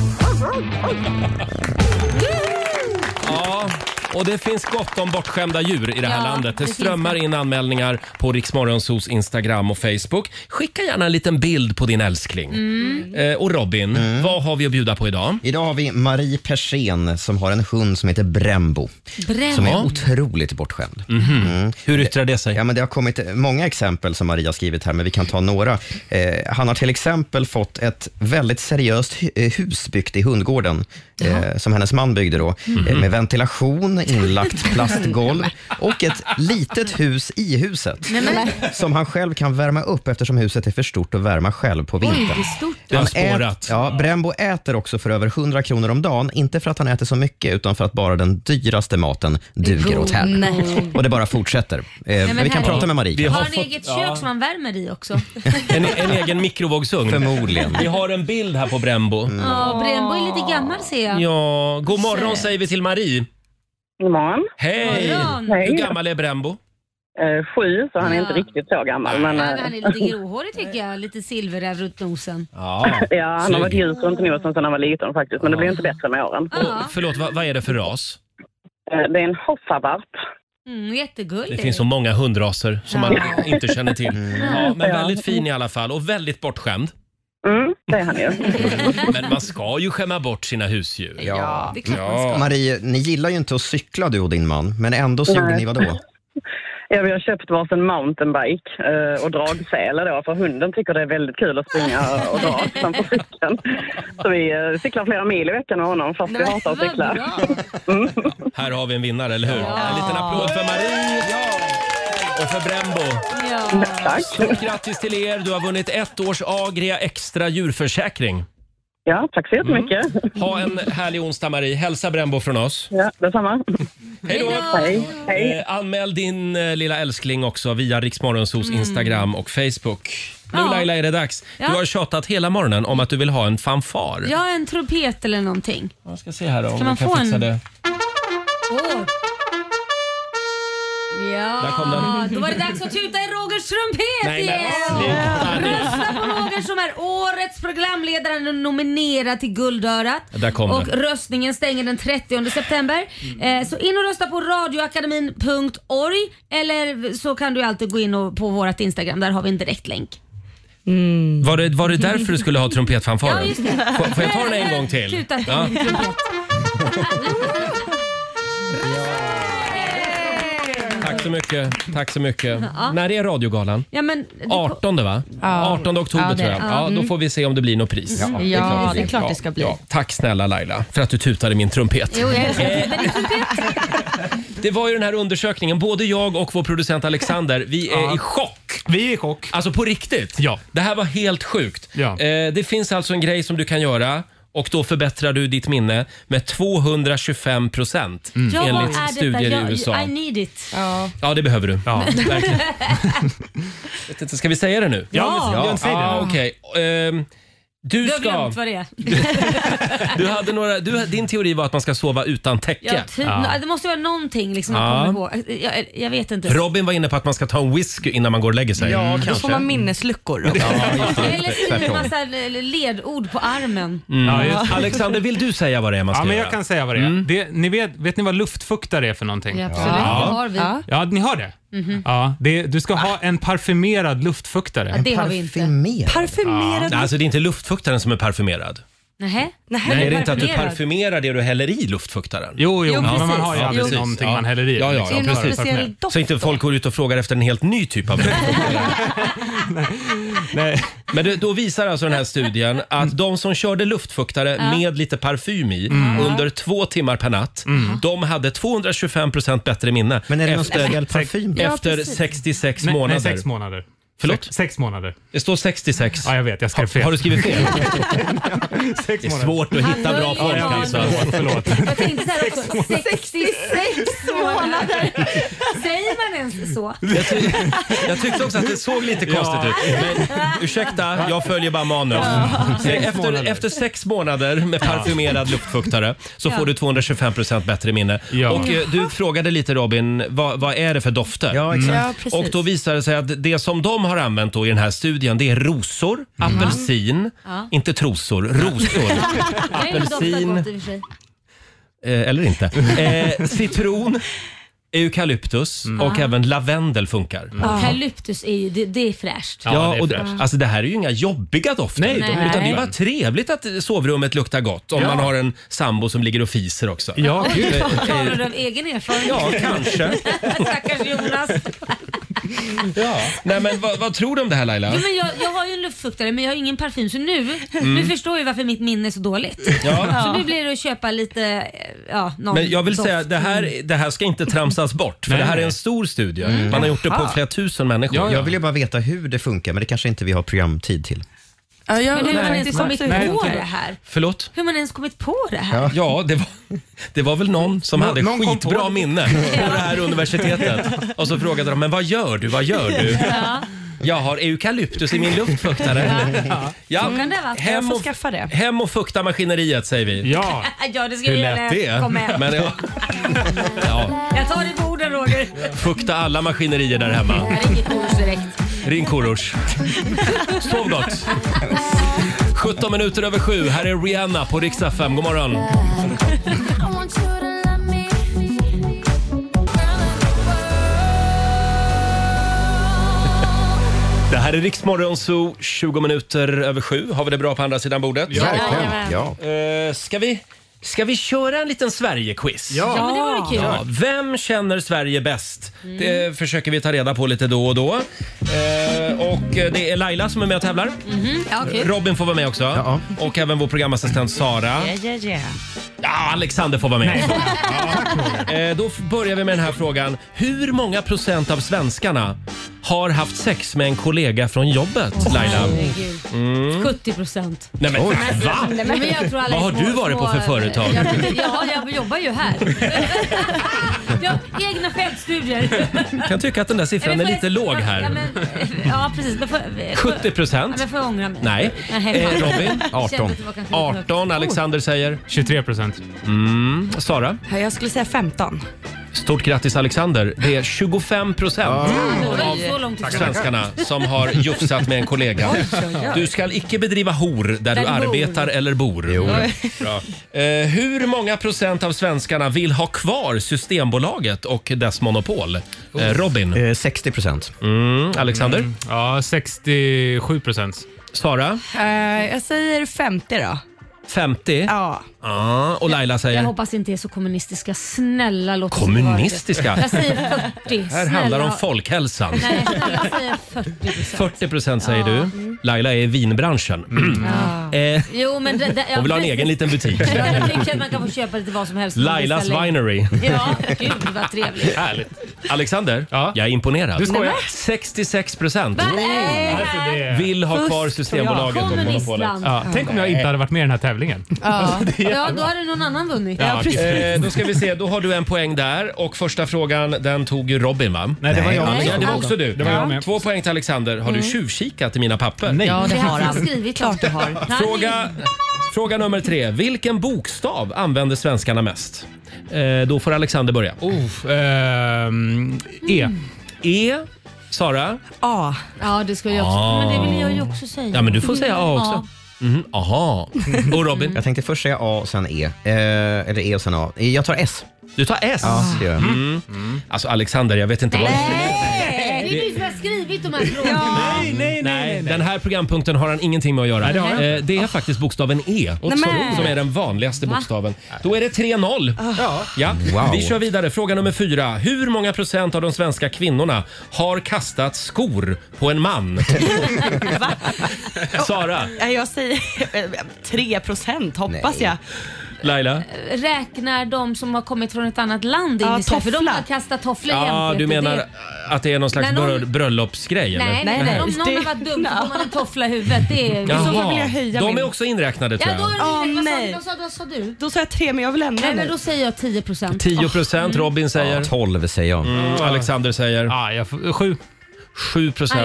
Ja, och det finns gott om bortskämda djur i det här Ja, landet. Det det finns strömmar det. in anmälningar på Riks Morgonzoos Instagram och Facebook. Skicka gärna en liten bild på din älskling. Mm. Eh, och Robin, vad har vi att bjuda på idag? Idag har vi Marie Persén som har en hund som heter Brembo. Brembo. Som är otroligt bortskämd. Mm. Hur yttrar det sig? Ja, men det har kommit många exempel som Maria har skrivit här, men vi kan ta några. Eh, han har till exempel fått ett väldigt seriöst hu- eh, hus byggt i hundgården, eh, som hennes man byggde då, eh, med ventilation, inlagt plastgolv och ett litet hus i huset. Nej, men, Som han själv kan värma upp eftersom huset är för stort att värma själv på oj, det vintern. är stort. Det har Han spårat. ät- ja, Brembo äter också för över hundra kronor om dagen. Inte för att han äter så mycket, utan för att bara den dyraste maten duger åt henne. Nej. Och det bara fortsätter. Eh, men vi kan här- prata med Marie. Vi Har har han fått- eget ja. kök som han värmer i också? En, en egen mikrovågsugn. Förmodligen. Vi har en bild här på Brembo. Ja, Brembo är lite gammal ser jag. Ja, god morgon säger vi till Marie. God morgon. Hej! Morgon. Hej. Hur gammal är Brembo? Eh, sju, så han är Ja. inte riktigt så gammal. Men, Ja, eh, men han är lite gråhårig tycker jag. Lite silverräv runt nosen. Ja, ja, han har snygg. varit ljus runt nosen sedan han var liten faktiskt. Men det blir inte bättre med åren. Ja. Och, förlåt, vad, vad är det för ras? Eh, det är en hoffavart. Mm, jättegullig. Det finns så många hundraser som man Ja. inte känner till. Ja, men Ja. väldigt fin i alla fall och väldigt bortskämd. Mm, det är han ju. Men man ska ju skämma bort sina husdjur. Ja, det är klart man ska. Marie, ni gillar ju inte att cykla du och din man, men ändå så Nej. gjorde ni vad då? Ja, vi har köpt varsin mountainbike eh, och dragsele då, för hunden tycker det är väldigt kul att springa och dra framför cykeln. Så vi eh, cyklar flera mil i veckan med honom fast vi hatar att cykla. Mm. Här har vi en vinnare, eller hur? Ja. En liten applåd för Marie och för Brembo. Ja. Tack. Stort grattis till er. Du har vunnit ett års Agria extra djurförsäkring. Ja, tack så jättemycket. Mm. Ha en härlig onsdag, Marie. Hälsa Brembo från oss. Ja, detsamma. Hej då! Hej. Hej. Eh, anmäl din eh, lilla älskling också via Rix Morgonzos Mm. Instagram och Facebook. Nu Ja. Laila är det dags. Ja. Du har tjatat hela morgonen om att du vill ha en fanfar. Ja, en trumpet eller någonting. Jag ska se här då, om Kan man vi kan få fixa en- det. Åh. Ja, Där kom den. då var det dags att tuta i Rogers trumpet Nej, men igen. sluta nu. Rösta på Roger som är årets programledare och nominerad till Guldörat. Där kom och den. röstningen stänger den trettionde september. Eh, så in och rösta på radioakademin punkt org eller så kan du alltid gå in och på vårt Instagram. Där har vi en direktlänk. Var, det, var det därför du skulle ha trumpetfanfaren? Ja, just det. Får, får jag ta den en gång till? Tuta till Ja. min trumpet. Tack så mycket. Tack så mycket. Ja. När är radiogalan? Ja, men, artonde va? Ja. artonde oktober Ja, det- tror jag. Ja, ja. då får vi se om det blir något pris. Ja, det är klart det, är klart det ska bli. Ja. Tack snälla Laila för att du tutade min trumpet. Jo, jag älskar att tuta din trumpet. Det var ju den här undersökningen. Både jag och vår producent Alexander, vi är Ja. i chock. Vi är i chock. Alltså på riktigt. Ja. Det här var helt sjukt. Ja. Eh, det finns alltså en grej som du kan göra och då förbättrar du ditt minne med tvåhundratjugofem procent Ja, vad enligt är studier detta? i Jag, U S A. I need it. Ja. Ja, det behöver du. Ja. Verkligen. Vet inte, ska vi säga det nu? Ja, men- ja, säg det. Ah, okej. Ehm, du Du har ska... glömt vad det är. Du hade några, du, din teori var att man ska sova utan täcke. Ja, typ, Det måste vara någonting liksom Ja. att komma ihåg. Jag, jag vet inte. Robin var inne på att man ska ta en whisky innan man går och lägger sig. Ja, Då kanske. får man minnesluckor. Ja, just det. Eller skriva en Tvärtom. massa ledord på armen. Mm. Ja, just det. Alexander, vill du säga vad det är man ska Ja, men göra? jag kan säga vad det är. Mm. Det, ni vet, vet ni vad luftfuktare är för någonting? Ja, absolut, det har vi. Ja. Ja, ni har det? Ja, det, du ska ha en parfymerad luftfuktare. Ja, det har vi inte. Parfymerad. Parfymerad. Nej, alltså det är inte luftfuktaren som är parfymerad. Nähä? Nej, är det inte att du parfymerar det du häller i luftfuktaren? Jo, jo, Jo, men man precis. har ju Ja, alltid precis. någonting Ja. man häller i. Ja, ja, liksom, ja, Är det någon för att speciell parfymera. doft Så inte folk går ut och frågar efter en helt ny typ av luftfuktare. Nej. Men det, då visar alltså den här studien att de som körde luftfuktare med lite parfym i under två timmar per natt, de hade tvåhundratjugofem procent bättre minne Men är det någon efter, speciell parfym? Ja, efter precis. sextiosex Nej, månader. nej, sex månader. Förlåt? Sex, sex månader. Det står sextiosex. Ja, jag vet. Jag skrev fel. Har du skrivit fel? Sex Det är månader. svårt att hitta Han bra höll folk ju alltså. Förlåt, förlåt. Jag tänkte såhär också, sextiosex månader. Säger man ens så? Jag, ty jag tyckte också att det såg lite konstigt Ja. ut. Men ursäkta, jag följer bara manus. Sex Efter, månader. efter sex månader med parfymerad luftfuktare så Ja. får du tvåhundratjugofem procent bättre minne. Ja. Och eh, du frågade lite Robin, vad, vad är det för dofter? Ja, exakt. Ja, precis. Och då visar det sig att det som de har använt då i den här studien, det är rosor, apelsin, Ja. inte trosor, rosor, Det är ju doftar apelsin, gott i och för sig. eh, eller inte, eh, citron, eukalyptus och även lavendel funkar. Eukalyptus är ju, det, det är fräscht. Ja, Ja, det är och fräscht. alltså det här är ju inga jobbiga dofter. Nej, de är utan det är Nej. bara trevligt att sovrummet luktar gott om Ja. man har en sambo som ligger och fiser också. Ja, gud. Talar du av egen erfarenhet? Ja, kanske. Stackars Jonas. Ja. Nej, men vad, vad tror du om det här Laila? Jo, men jag, jag har ju en luftfuktare men jag har ingen parfym så nu, nu förstår jag varför mitt minne är så dåligt. Ja. Så nu blir det att köpa lite, eh, ja, någon Men jag vill doft. säga, det här, det här ska inte tramsas bort. För Nej, det här är nej. en stor studie. Man har gjort det på Jaha. flera tusen människor. Ja, Jag vill ju bara veta hur det funkar, men det kanske inte vi har programtid till. Ja, jag Men hur har man undrar ens faktiskt kommit också. Nej, på inte- det här? Förlåt? Hur har man ens kommit på det här? Ja. Ja, det var, det var väl någon som Nå- hade någon kom skitbra på det. minne på det här universitetet. Och så frågade de, men vad gör du? Vad gör du? Ja. Jag har eukalyptus i min luftfuktare. Ja. Så kan det vara. Hem Jag får och, skaffa det. hem och fukta maskineriet säger vi. Ja. Ja, det ska Hur jag lätt göra. det är. Kom med. Men ja, ja, Jag tar det på orden Roger. fukta alla maskinerier där hemma. Jag ringer Korosh direkt. Ring Korosh. Sov gott. sjutton minuter över sju. Här är Rihanna på Rix F M. God morgon. Det här är Rix Morgon Zoo, tjugo minuter över sju. Har vi det bra på andra sidan bordet? Ja, verkligen. Ja. Uh, ska vi... Ska vi köra en liten Sverige-quiz? Ja, ja men det var kul. Ja, vem känner Sverige bäst? Mm. Det försöker vi ta reda på lite då och då. Eh, och det är Laila som är med och tävlar. Mm-hmm. Ja, okay. Robin får vara med också. Ja. Och även vår programassistent Sara. Yeah, yeah, yeah. Ja, Alexander får vara med. Ja. Eh, då börjar vi med den här frågan. Hur många procent av svenskarna har haft sex med en kollega från jobbet, Laila? Mm. sjuttio procent. Nej men, va? Nej, men jag tror alla Vad har små, du varit på för företag? Jag, ja, jag jobbar ju här. Jag har egna fältstudier. Jag kan tycka att den där siffran är lite låg här. Ja, men, ja precis. Men får, sjuttio procent. Ja, men får jag ångra mig? Nej. Nej. Eh, Robin? arton. arton. Alexander säger? tjugotre procent. Mm. Sara? Jag skulle säga femton. Stort grattis Alexander. Det är tjugofem procent av svenskarna som har jufsat med en kollega. Du ska icke bedriva hor där, där du arbetar bor. eller bor. Jo. Bra. Eh, hur många procent av svenskarna vill ha kvar Systembolaget och dess monopol? Eh, Robin? Eh, sextio procent. Mm. Alexander? Mm. Ja, sextiosju procent. Sara? Uh, jag säger femtio då. femtio? Ja. Ah, och Laila säger? Jag hoppas inte är så kommunistiska. Snälla, låt oss kommunistiska? Jag säger fyrtio. Här snälla. handlar det om folkhälsan. Nej, jag säger fyrtio procent. fyrtio procent säger ja. du. Laila är i vinbranschen. Mm. Ja. Eh, jo, men det, det, och vill ha en egen liten butik. Ja, jag tycker att man kan få köpa lite vad som helst. Lailas Winery. Ja, gud vad trevligt. Härligt. Alexander, ja. jag är imponerad. Du skojar? sextiosex procent oh. vill ha kvar Systembolaget och monopolet. Ja. Tänk om jag inte hade varit med i den här tävlingen. Ja, ja då hade någon annan vunnit. Ja, eh, då ska vi se, då har du en poäng där. Och första frågan, den tog ju Robin, va? Nej, det var jag. Nej, det var också du. Det var jag med. Två poäng till Alexander. Har du Mm. tjuvkikat i mina papper? Nej. Ja, det har han. Skrivit klart du har. Fråga, fråga nummer tre. Vilken bokstav använder svenskarna mest? Eh, då får Alexander börja. Oh, ehm, E. Mm. E. Sara? A. Ja, det ska jag också. Ah. Men det vill jag ju också säga. Ja, men du får säga A också. Mm, aha. Och Robin? Jag tänkte först säga A och sen E. Eh, eller E och sen A. Jag tar S. Du tar S? Ja, det gör jag. Mm. Mm. Alltså Alexander, jag vet inte vad... Nej, det är du som har skrivit de här frågorna. Ja. Nej, nej, nej, den här programpunkten har han ingenting med att göra. Nej, det, eh, det är faktiskt bokstaven E Nej, som är den vanligaste Va? bokstaven. Då är det tre noll. Ja. Ja. Wow. Vi kör vidare. Fråga nummer fyra. Hur många procent av de svenska kvinnorna har kastat skor på en man? Sara? Jag säger tre procent, hoppas jag. Laila? Räknar de som har kommit från ett annat land in Ja, i Sverige? För de toffla. har kastat tofflor Ja, jämt, du vet menar det. att det är någon slags När någon- bröll- bröllopsgrej? Nej, eller? nej, nej. Om någon Det- har varit dum så får man en toffla i huvudet. Det är... så fall vill jag höja de min. är också inräknade, tror Ja, då jag. är det Åh, vad, nej. sa, vad, sa, vad sa du? Då sa jag tre, men jag vill ändra Nej, men nu. då säger jag tio procent. tio procent. Robin säger? Ja, tolv säger jag. Mm, Alexander säger? Ah, jag får, sju. sju procent.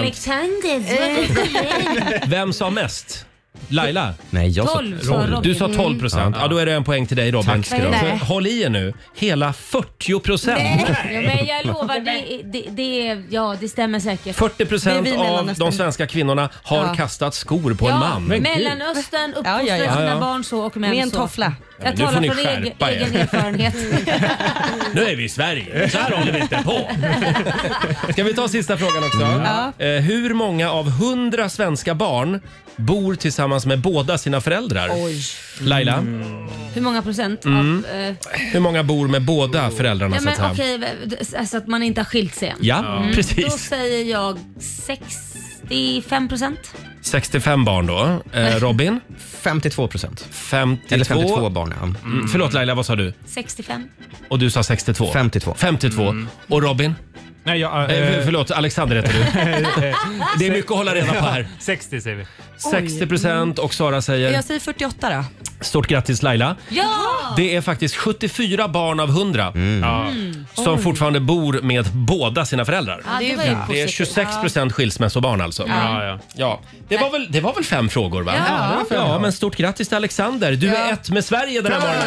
Alexander, Vem sa mest? Laila? Nej, jag sa... tolv sa Robin. Du sa tolv procent. Ja, då är det en poäng till dig, Robin. Tack ska du ha. Nej. Så håll i er nu. Hela fyrtio procent. Ja, men jag lovar, det, det, det, ja, det stämmer säkert. fyrtio Det procent är vi i av Mellanöstern. de svenska kvinnorna har Ja. kastat skor på ja, en man. Men gud. Mellanöstern uppfostrar Ja, ja, ja. sina Ja, ja. barn så och män Med en så. toffla. Jag nu får talar ni från egen, skärpa er. egen erfarenhet. Nu är vi i Sverige. Så här håller vi inte på. Ska vi ta sista frågan också? Ja. Eh, hur många av hundra svenska barn bor tillsammans med båda sina föräldrar? Oj. Laila? Hur många procent Mm. av... Eh, Hur många bor med båda föräldrarna? ja, så att men, säga? okej, alltså att man inte har skilt sig än. Ja, Mm. precis. Då säger jag sextiofem procent. sextiofem barn då. Eh, Robin? femtiotvå procent. femtiotvå. Eller femtiotvå barn, ja. Mm. Förlåt Laila, vad sa du? sextiofem. Och du sa sextiotvå? femtiotvå. femtiotvå. Och Robin? Nej, jag, Eh, eh, förlåt, Alexander heter du. Det är mycket att hålla reda på här. sextio säger vi. sextio procent och Sara säger... Jag säger fyrtioåtta då. Stort grattis Laila. Ja! Det är faktiskt sjuttiofyra barn av hundra Ja. som fortfarande bor med båda sina föräldrar. Ja, det var ju Det är positivt. tjugosex procent skilsmässobarn alltså. Ja, ja. Ja, det var väl, det var väl fem frågor va? Ja. det var fem. Ja, men stort grattis till Alexander. Du är ett med Sverige den här morgonen.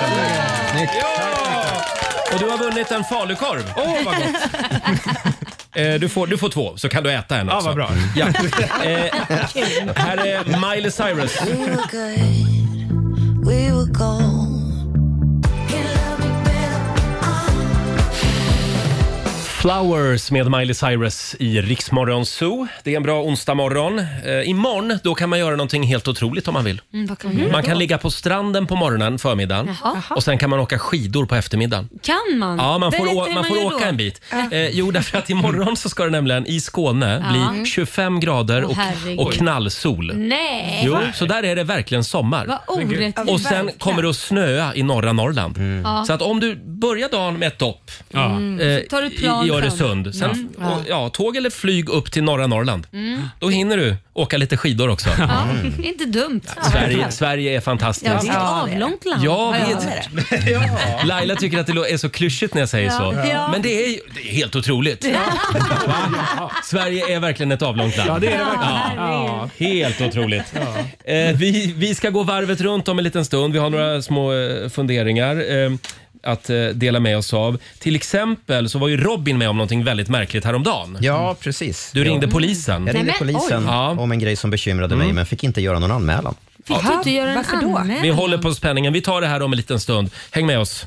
Ja! Och du har vunnit en falukorv. Åh, oh, vad gott. Eh, Du får, du får två, så kan du äta en Ja, också. vad bra. Ja. Eh, här är Miley Cyrus. We were good, we were gold. Flowers med Miley Cyrus i Rix Morgon Zoo. Det är en bra onsdag morgon. Eh, imorgon då kan man göra någonting helt otroligt om man vill. Mm, vad kan man Man kan då? ligga på stranden på morgonen, förmiddagen. Jaha. Och sen kan man åka skidor på eftermiddagen. Kan man? Ja, man får, Berätta å- hur man får gör åka då. en bit. Ja. Eh, jo, därför att imorgon så ska det nämligen i Skåne Ja. bli tjugofem grader Åh, och, herregud. och knallsol. Nej. Jo, så där är det verkligen sommar. Vad orättvist. Och sen Verkligen. kommer det att snöa i norra Norrland. Ja. Så att om du börjar dagen med ett dopp Mm. eh, Så tar du plan i, i fram. Öresund, sen, Mm. och, ja, tåg eller flyg upp till norra Norrland. Mm. Då hinner du åka lite skidor också. Ja, inte dumt. Sverige, Sverige är fantastiskt. Ja, det är ett avlångt land. Ja, har jag vi- hört. Laila tycker att det är så klyschigt när jag säger Ja. så. Ja. Men det är, ju- det är helt otroligt. Va? Sverige är verkligen ett avlångt land. Ja, det är det verkligen. Ja, helt otroligt. Eh, vi, vi ska gå varvet runt om en liten stund. Vi har några små eh, funderingar. Eh, att eh, dela med oss av. Till exempel så var ju Robin med om någonting väldigt märkligt häromdagen. Ja, precis. Du ringde Ja. polisen. Jag ringde Nej, men, polisen oj. om en grej som bekymrade mig, men fick inte göra någon anmälan. Fick du inte göra en Varför då? anmälan? Vi håller på spänningen. Vi tar det här om en liten stund. Häng med oss.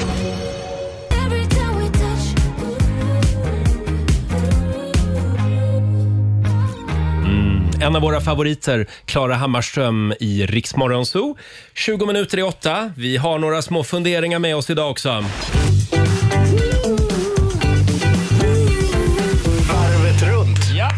En av våra favoriter, Klara Hammarström i Rix Morgon Zoo. tjugo minuter i åtta. Vi har några små funderingar med oss idag också. Varvet runt. Ja.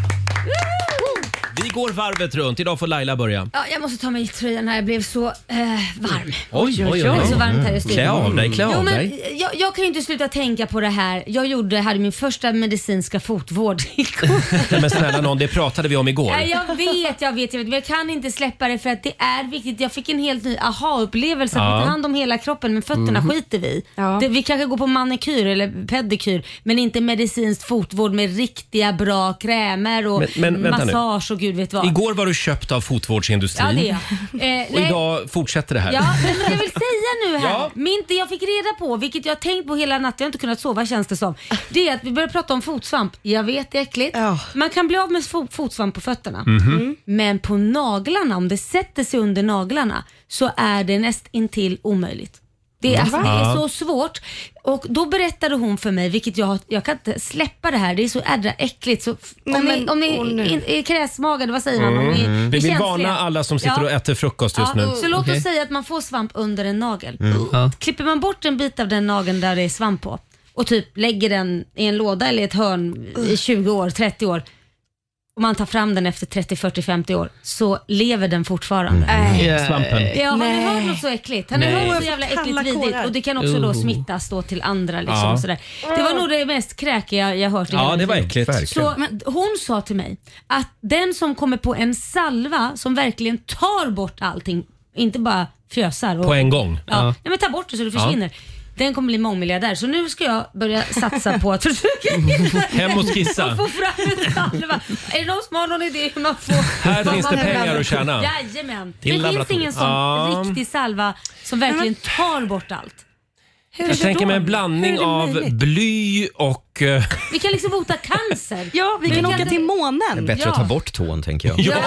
Vi går varvet runt. Idag får Laila börja. Ja, jag måste ta mig i tröjan här. Jag blev så eh, varm. Oj, oj, oj. Det är så varmt här i studion. Klä av dig, klä Jo, av men dig. jag, jag kan ju inte sluta tänka på det här. Jag gjorde, hade min första medicinska fotvård igår. Nej, men snälla någon, det pratade vi om igår. Nej, jag vet, jag vet, jag vet. Men jag kan inte släppa det för att det är viktigt. Jag fick en helt ny aha-upplevelse. Att Ja. vi tar hand om hela kroppen, men fötterna Mm. skiter vi i. Ja. Det, vi kanske går på manikyr eller pedikyr, men inte medicinskt fotvård med riktiga bra krämer och Men- men vänta nu. massage och gud vet vad. Igår var du köpt av fotvårdsindustrin. Ja, det är jag. Eh, Och nej. idag fortsätter det här. Ja, men jag vill säga nu här. Ja. Min, det jag fick reda på, vilket jag har tänkt på hela natten, jag har inte kunnat sova känns det som. Det är att vi börjar prata om fotsvamp. Jag vet, det är äckligt. Ja. Man kan bli av med fo- fotsvamp på fötterna. Mhm. Mm. Men på naglarna, om det sätter sig under naglarna, så är det näst intill omöjligt. Det är, alltså, det är Ja. så svårt. Och då berättade hon för mig, vilket jag, jag kan inte släppa det här, det är så ädra äckligt. Så f- Nej, om, men, ni, om ni åh, nu. in, är kräsmagade, vad säger man? Om ni är Vi vill känsliga. varna alla som sitter Ja. och äter frukost just nu. Så låt Okej. oss säga att man får svamp under en nagel. Ja. Klipper man bort en bit av den nageln där det är svamp på och typ lägger den i en låda eller ett hörn i tjugo år, trettio år och man tar fram den efter trettio, fyrtio, femtio år, så lever den fortfarande. Yeah. Svampen. Ja, har ni Nej. hört något så äckligt? Har ni Nej. hört Jag så får jävla kalla äckligt vidrigt? kårar. Och det kan också då Oh. smittas då till andra liksom. Ja. Och sådär. Det var nog det mest kräkiga jag hört i Ja, hela det mitt var liv. äckligt. Verkligen. Så men hon sa till mig att den som kommer på en salva som verkligen tar bort allting, inte bara fjösar. Och, På en gång. Ja, nej, men ta bort det så det försvinner. Den kommer bli mångmiljardär. Så nu ska jag börja satsa på att försöka Hem och skissa. och få fram en salva. Är det någon som har någon idé hur man får... Här vad finns det man- pengar att tjäna. Jajamän. Till Det finns laboratoriet. ingen sån Ja. riktig salva som verkligen tar bort allt. Jag tänker mig en Hur blandning är det av möjligt? bly och... eh, Vi kan liksom bota cancer. Ja, vi Men kan vi åka kan- till månen. Bättre Ja. att ta bort tån, tänker jag. Ja.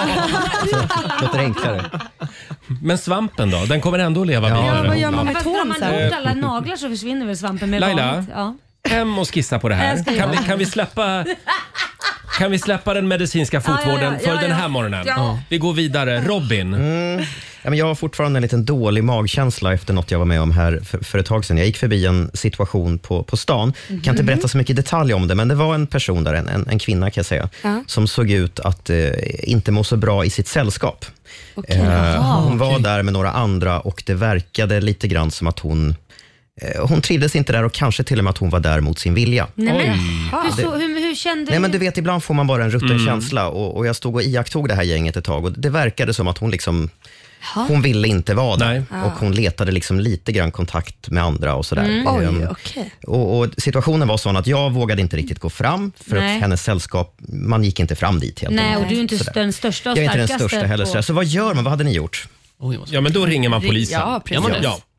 Låter enklare. Men svampen då? Den kommer ändå att leva Ja, vidare. vad gör man Ja, med fast drar tån man sen? bort alla naglar så försvinner väl svampen med Laila? vanligt. Ja. Hem och skissa på det här. Jag ska Kan vi, göra. kan vi släppa... Kan vi släppa den medicinska fotvården Ja, ja, ja, för den ja. här morgonen? Ja. Vi går vidare. Robin. Mm. Ja, men jag har fortfarande en liten dålig magkänsla efter något jag var med om här för, för ett tag sedan. Jag gick förbi en situation på, på stan. Kan inte Mhm. berätta så mycket detalj om det, men det var en person där, en, en, en kvinna kan jag säga, Ja. som såg ut att eh, inte må så bra i sitt sällskap. Okej. Eh, Jaha, hon var där med några andra och det verkade lite grann som att hon eh, hon trivdes inte där och kanske till och med att hon var där mot sin vilja. Nej, men, Oj. hur, så, hur, hur kände Nej, men du? du vet, ibland får man bara en rutten Mm. känsla och, och jag stod och iakttog det här gänget ett tag och det verkade som att hon liksom Ja. hon ville inte vara där Nej. och hon letade liksom lite grann kontakt med andra och sådär. Mm. Oj, Ehm, okej. och, och situationen var sån att jag vågade inte riktigt gå fram för Nej. att hennes sällskap, man gick inte fram dit helt Nej, enkelt. och du är inte Sådär. den största och Jag är inte den starkaste. största heller. på- sådär. Så vad gör man? Vad hade ni gjort? Oj, vad Ja, men då ringer man polisen. Ja, precis. Gör man det? Ja.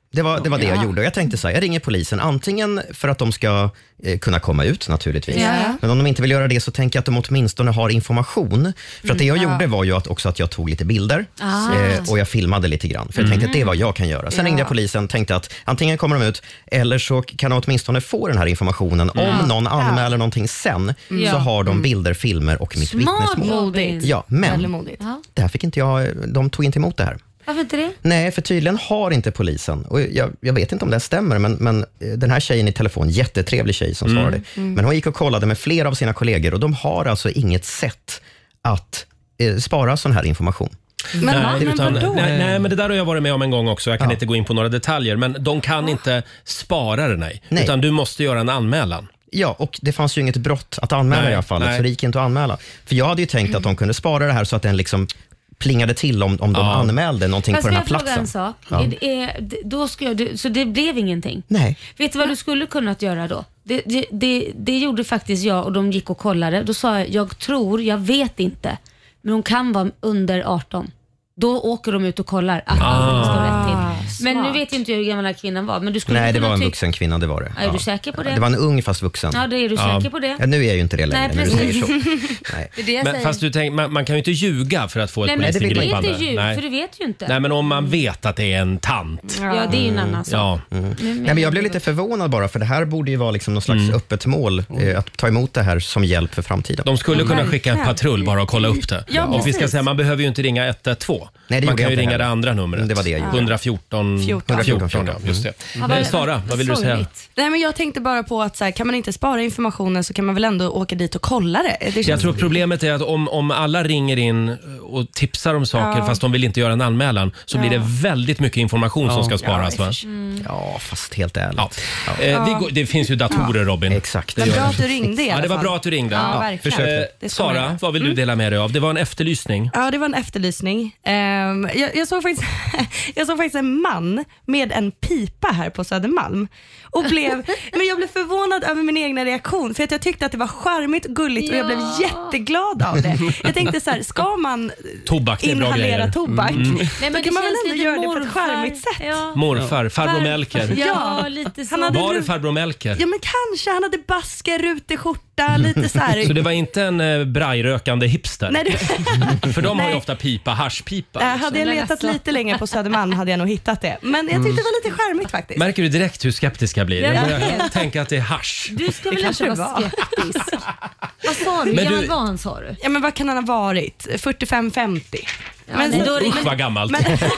Det var det, var det jag gjorde. Och jag tänkte så här, jag ringer polisen. Antingen för att de ska eh, kunna komma ut naturligtvis. Ja. Men om de inte vill göra det så tänker jag att de åtminstone har information. För att det jag Mm. gjorde var ju att också att jag tog lite bilder. Ah. Eh, och jag filmade lite grann. För jag tänkte att det är vad jag kan göra. Sen Ja. ringde jag polisen, tänkte att antingen kommer de ut eller så kan de åtminstone få den här informationen. Ja. Om någon anmäler Ja. någonting sen Ja. så har de Mm. bilder, filmer och mitt Smart, vittnesmål. Robin. Ja, Väldigt men modigt. Ja. det här fick inte jag, de tog inte emot det här. Varför inte det? Nej, för tydligen har inte polisen, och jag, jag vet inte om det här stämmer, men, men eh, den här tjejen i telefon, jättetrevlig tjej som Mm. svarade, Mm. men hon gick och kollade med flera av sina kollegor och de har alltså inget sätt att eh, spara sån här information. Men, nej, men utan, vadå? nej, nej, men det där har jag varit med om en gång också. Jag kan inte gå in på några detaljer, men de kan inte spara det, nej. Nej. Utan du måste göra en anmälan. Ja, och det fanns ju inget brott att anmäla Nej, i alla fallet, nej. så det gick inte att anmäla. För jag hade ju tänkt att de kunde spara det här så att den liksom plingade till om, om de Ja. anmälde någonting Fast på den här ska jag fråga platsen. en sak? Ja. Är, det- är, det- då ska jag, det- så det blev ingenting? Nej. Vet du vad du skulle kunnat göra då? Det, det, det, det gjorde faktiskt jag och de gick och kollade. Då sa jag, jag tror, jag vet inte, men de kan vara under arton. Då åker de ut och kollar att Ah. allting står rätt till. Men smart. nu vet jag inte hur gammal den här kvinnan var. Men du skulle Nej, det kunna var en tyck- vuxen kvinna, det var det. Ja, är du säker på det? Det var en ung fast vuxen. Ja, det är du säker på det? Ja, nu är jag ju inte det längre Nej, när du säger så. precis. Nej. Det är det jag Men, säger. fast du tänk, man, man kan ju inte ljuga för att få ett Nej, men det är polisingripande. inte ljug, för du vet ju inte. Nej, men om man vet att det är en tant. Ja, det är ju en annan sak. Ja. Mm. Nej, men jag blev lite förvånad bara, för det här borde ju vara liksom någon slags Mm. öppet mål, eh, att ta emot det här som hjälp för framtiden. De skulle kunna skicka en patrull bara och kolla upp det. Ja, och vi ska precis. säga, man behöver ju inte ringa ett ett två. Nej, det man gjorde kan jag ju inte ringa det heller. andra numret. Mm, det var det jag gjorde. ett fjorton fjorton. fjorton, ja, just det. Ja, vad- Eh, Sara, vad vill du säga? Sorgligt. Nej, men jag tänkte bara på att så här, kan man inte spara informationen så kan man väl ändå åka dit och kolla det. det känns- Jag tror problemet är att om, om alla ringer in och tipsar om saker Ja. fast de vill inte göra en anmälan, så Ja. blir det väldigt mycket information som Ja. ska sparas. Va? Mm. Ja, fast helt ärligt. Ja. Eh, vi går, det finns ju datorer, Robin. Exakt. Vad bra att du ringde i Ja, alla det var fall. bra att du ringde. Ja, verkligen. Eh, Det ska man Sara, göra. vad vill du Mm. dela med dig av? Det var en efterlysning. Ja, det var en efterlysning. Ehm, jag, jag, såg faktiskt, jag såg faktiskt en man med en pipa här på Södermalm. Och blev, men jag blev förvånad över min egna reaktion, för att jag tyckte att det var charmigt, gulligt och jag blev jätteglad av det. Jag tänkte så här, ska man Tobak, det är bra inhalera grejer. tobak, Mm. Mm. Nej, men då det kan man väl känns ändå lite göra det på ett morfar. charmigt sätt. Ja. Morfar, farbror Melker. Ja, lite så. Han hade Var det ru- farbror Melker? Ja, men kanske. Han hade basker, rutig skjorta, lite så här. Så det var inte en eh, brajrökande hipster? Nej, det- För de har ju Nej. ofta pipa, haschpipa. Äh, liksom. hade jag letat lite längre på Södermalm hade jag nog hittat det. Men jag tyckte det var lite charmigt faktiskt. Märker du direkt hur skeptisk jag blir? Ja, Jag jag börjar vet. tänka att det är hasch. Du ska Det väl kanske inte det vara var. skeptisk? Vad sa du? Hur Men du- gammal var han, sa du? Ja, men vad kan han ha varit? fyrtiofem femtio? Ja, nej, då är det- Usch vad gammalt.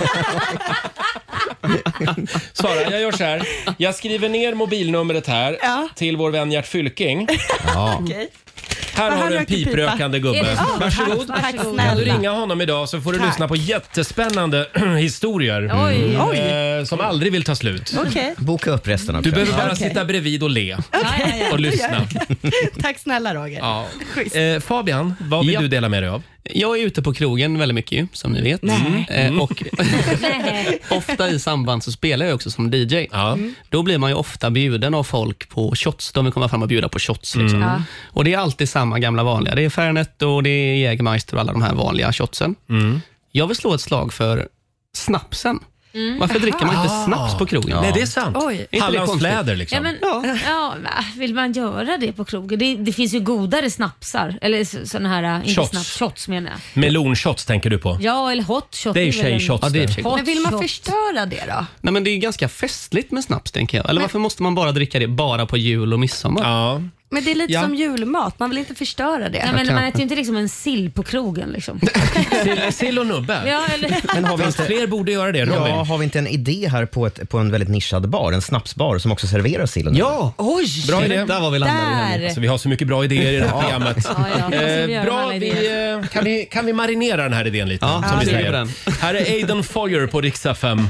Sara, jag gör så här. Jag skriver ner mobilnumret här Ja. till vår vän Gert Fylking. Ja. Okej. Här Och har han du en röker pipa. piprökande Är gubbe. det så? Varsågod. Tack Kan du snälla. ringa honom idag så får du Tack. lyssna på jättespännande historier. Oj. Oj. Eh, som aldrig vill ta slut. Okej. Boka upp resten av Du kvällen. behöver bara Okej. sitta bredvid och le Ja, ja, ja. och lyssna. Tack snälla Roger. Ja. Schysst. Eh, Fabian, vad vill Ja. du dela med dig av? Jag är ute på krogen väldigt mycket ju, som ni vet. Nej. Eh, och Nej. ofta i samband så spelar jag också som D J. Ja. Då blir man ju ofta bjuden av folk på shots. De vill komma fram och bjuda på shots. Liksom. Ja. Och det är alltid samma gamla vanliga. Det är Fernet och det är Jägermeister och alla de här vanliga shotsen. Mm. Jag vill slå ett slag för snapsen. Varför dricker man inte snaps på krogen? Nej, det är sant. Oj. Är inte det Hallands konstigt? fläder liksom. Ja, men, Ja. ja. va, vill man göra det på krogen? Det, det finns ju godare snapsar. Eller så- såna här, inte Shots. snaps, shots menar jag. Melshots tänker du på? Ja, eller hot shot. Det är ju väl en- tjejshots Ja, det är det. tjej- Hot Men vill man shot. förstöra det då? Nej, men det är ganska festligt med snaps, tänker jag. Eller varför måste man bara dricka det bara på jul och midsommar? Ja. Men det är lite Ja. som julmat, man vill inte förstöra det. Ja, men kan- man äter ju inte liksom en sill på krogen liksom. Sill, sill och nubbe. Ja, eller? Men har vi Fast inte... fler borde göra det, Robin. Ja, har vi inte en idé här på, ett, på en väldigt nischad bar, en snapsbar som också serverar sillen? Ja! Oj! Bra idé. Där var vi landade. Där! Alltså, vi har så mycket bra idéer i det här programmet. Ja, ja. Vad ska vi Eh, göra med bra, alla vi, idéer? eh, kan, vi, kan vi marinera den här idén lite? Ja, som vi skriv säger. den. Här är Aiden Foyer på Rix F M.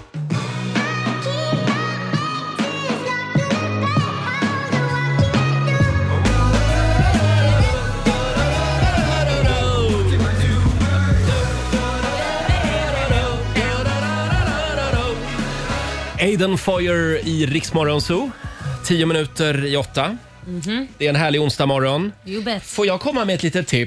Aiden Foyer i Rix Morgon Zoo. Tio minuter i åtta. Det är en härlig onsdag morgon. You bet. Får jag komma med ett litet tips?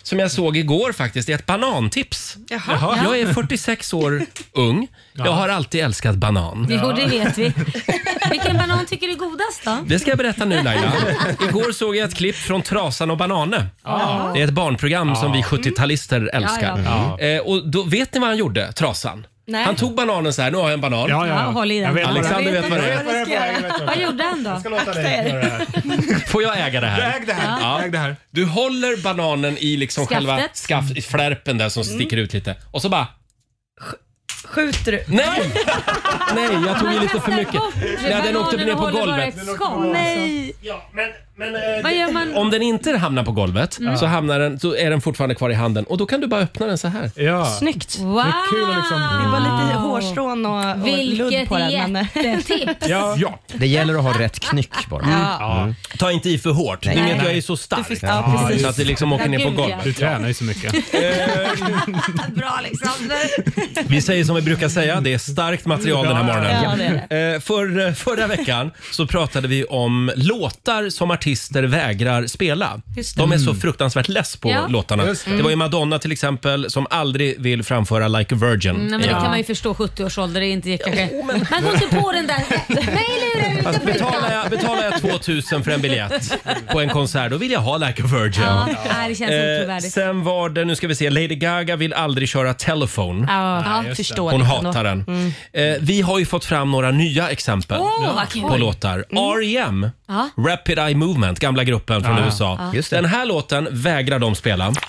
som jag såg igår faktiskt är ett banantips. Jaha. Jaha. Jag är fyrtiosex år ung. Jag har alltid älskat banan. Jo, det vet vi. Vilken banan tycker du är godast då? Det ska jag berätta nu, Laila. Igår såg jag ett klipp från Trasan och Banane. Ja. Det är ett barnprogram Ja. som vi sjuttio-talister älskar. Ja, Eh, och då, vet ni vad han gjorde, Trasan? Nej. Han tog bananen så här, nu har jag en banan. Ja, ja. Ja, håll i den. Jag vet Alexander vad vet vad det är. är. Vad gjorde han då? Jag ska låta dig. Får jag äga det här? Du äg det här. Ja. Äg det här. Du håller bananen i liksom Skaftet. själva skaft, i flärpen där som sticker ut lite. Och så bara... Skjuter du? Nej! Nej, jag tog ju lite för mycket. Nej, den åkte ner på golvet. Nej! Ja, men, men, eh, Vad gör man? Om den inte hamnar på golvet Mm. så, hamnar den, så är den fortfarande kvar i handen. Och då kan du bara öppna den så här. Ja. Snyggt. Wow! Det är kul att liksom, det var lite hårstrån och, och ludd Vilket på den. Men... jättetips! Ja. ja. Det gäller att ha rätt knyck bara. Ja. Mm. Ta inte i för hårt. Nej. Ni vet, Nej. jag är så stark. Du får- ja, precis. så att det liksom åker Ja, ner på gud, golvet. ja. Du tränar ju så mycket. Bra Alexander. Vi säger som vi brukar säga, det är starkt material den här morgonen. Ja, det är Eh, för, förra veckan så pratade vi om låtar som artister vägrar spela. Just det. De är så fruktansvärt less på Ja. låtarna. Just Det. det var ju Madonna till exempel som aldrig vill framföra Like a Virgin. Mm, nej, men det igen. kan man ju förstå, sjuttio års ålder, det är inte kanske... Man går inte på den där... Nej, lurar Fast ut betalar jag, betalar jag två tusen för en biljett på en konsert, då vill jag ha Like a Virgin. Ja, nej, det känns Eh, otrovärdigt. sen var det, nu ska vi se, Lady Gaga vill aldrig köra Telephone. Ja, just det. förstår Hon det. hatar den. Eh, vi har ju fått fram några nya exempel Åh, vad kul. på låtar. R E M, Ja. Rapid Eye Movement, gamla gruppen från Ja. U S A. Just det. Den här låten vägrar de spela. Det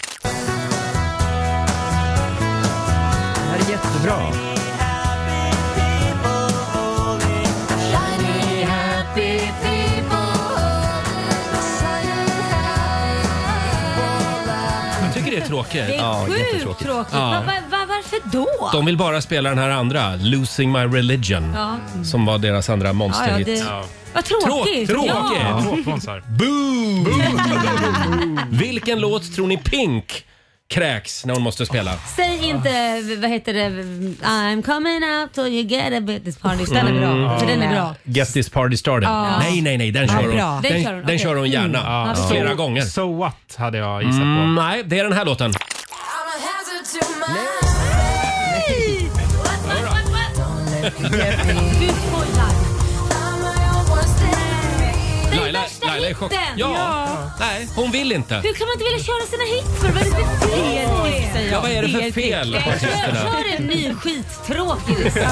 här är jättebra. Jag tycker det är tråkigt. Det är Ja, sjukt jättetråkigt. tråkigt. Ja. Va, va, va, varför då? De vill bara spela den här andra, Losing My Religion, Ja. som var deras andra Ja, ja, monsterhit. det... Vad tråkigt. Tråk- Ja. tråkigt. Tråkmånsar. Boo! Vilken låt tror ni Pink kräks när hon måste spela? Säg inte, vad heter det, I'm coming out till you get a bit this party. Den är bra, för den är bra. Get This Party Started. Ja. Nej, nej, nej, den Ja, kör hon. bra. Den, Den den, kör hon, okej. kör hon gärna. Ja. Flera So- gånger. So what hade jag gissat på. Mm, nej, det är den här låten. Du skojar. Laila, Laila är chockad. Ja. Ja. Nej, hon vill inte. Hur kan man inte vilja köra sina hits för? Vad är det för fel? Säger Ja, jag. vad är det för fel på artisterna? Kör en ny skittråkig lista.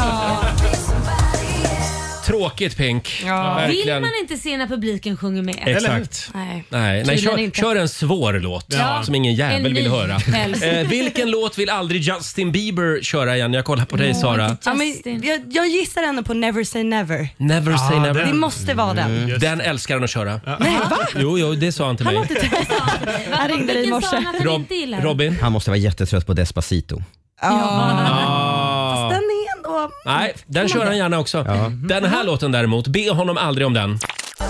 Tråkigt Pink. Ja. Vill Verkligen. man inte se när publiken sjunger med? Exakt. Nej. Nej, nej Tydligen kör, inte. kör en svår låt Ja. som ingen jävel En vill ny höra. helst. Eh, vilken låt vill aldrig Justin Bieber köra igen? Jag kollar på dig Sara. Ja, men jag, jag gissar ändå på Never Say Never. Never say Ah, never. Det måste vara den. Mm. Den älskar han att köra. Nej, va? Jo, jo, det sa han till mig. Jag ringde dig i morse. Rob, Robin? Han måste vara jättetrött på Despacito. Ja. Ah. Den är ändå... Nej, den kör han gärna också. Den här låten däremot, be honom aldrig om den.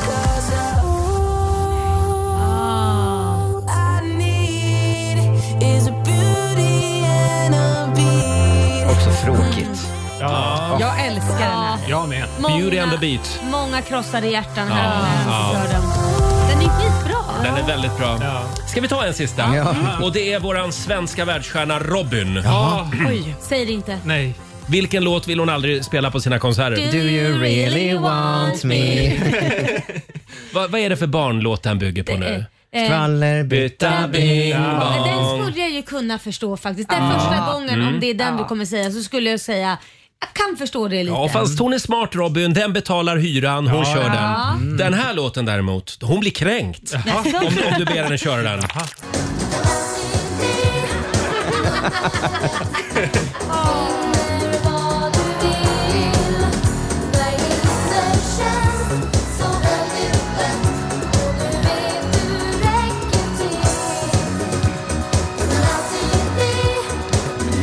Också tråkigt. Ja. Jag älskar den här. Jag med. Beauty and the Beat. Många krossade hjärtan här Ja, när ja. jag hör den. Den är skitbra. Den är väldigt bra. Ja. Ska vi ta en sista? Ja. Och det är våran svenska världsstjärna Robin. Ja. Oj, säg det inte. Nej. Vilken låt vill hon aldrig spela på sina konserter? Do you really want me? Vad, vad är det för barnlåt den bygger på nu? Eh, Skvallerbytta bing Men den bong. skulle jag ju kunna förstå faktiskt. Den Ah. första gången, Mm. om det är den du kommer säga, så skulle jag säga jag kan förstå det lite. Ja, fast hon är smart Robin. Den betalar hyran, hon Ja. kör Ja. den. Mm. Den här låten däremot, hon blir kränkt om, om du ber henne köra den.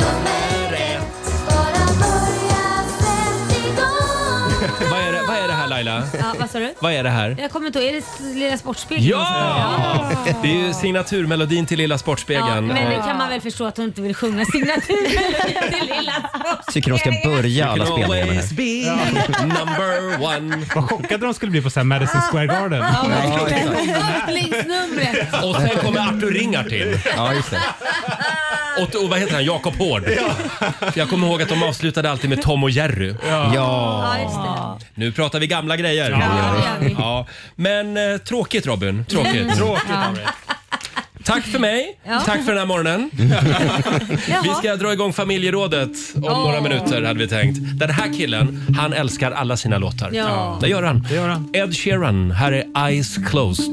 Vad är det, vad är det här Laila? Ja, vad sa du? Vad är det här? Jag kommer inte ihåg, är det Lilla Sportspegeln? Ja! Det är ju signaturmelodin till Lilla Sportspegeln. Ja, men det kan man väl förstå att hon inte vill sjunga signaturmelodin till Lilla Sportspegeln. Tycker de ska börja alla spelningar med det. Ja. Number one. Vad chockade de skulle bli på så här Madison Square Garden. Ja, öppningsnumret. Och sen kommer Arthur Ringar till. Ja, just det. Och, och vad heter han? Jakob Hård. Ja. Jag kommer ihåg att de avslutade alltid med Tom och Jerry. Ja. Ja, just det. Nu pratar vi gamla grejer. Ja, det gör vi. Ja. Men eh, tråkigt Robin. Tråkigt. Tråkigt. Ja. Tack för mig. Ja. Tack för den här morgonen. Vi ska dra igång familjerådet om Oh. några minuter hade vi tänkt. Den här killen, han älskar alla sina låtar. Ja. Det gör han. Det gör han. Ed Sheeran, här är Eyes Closed.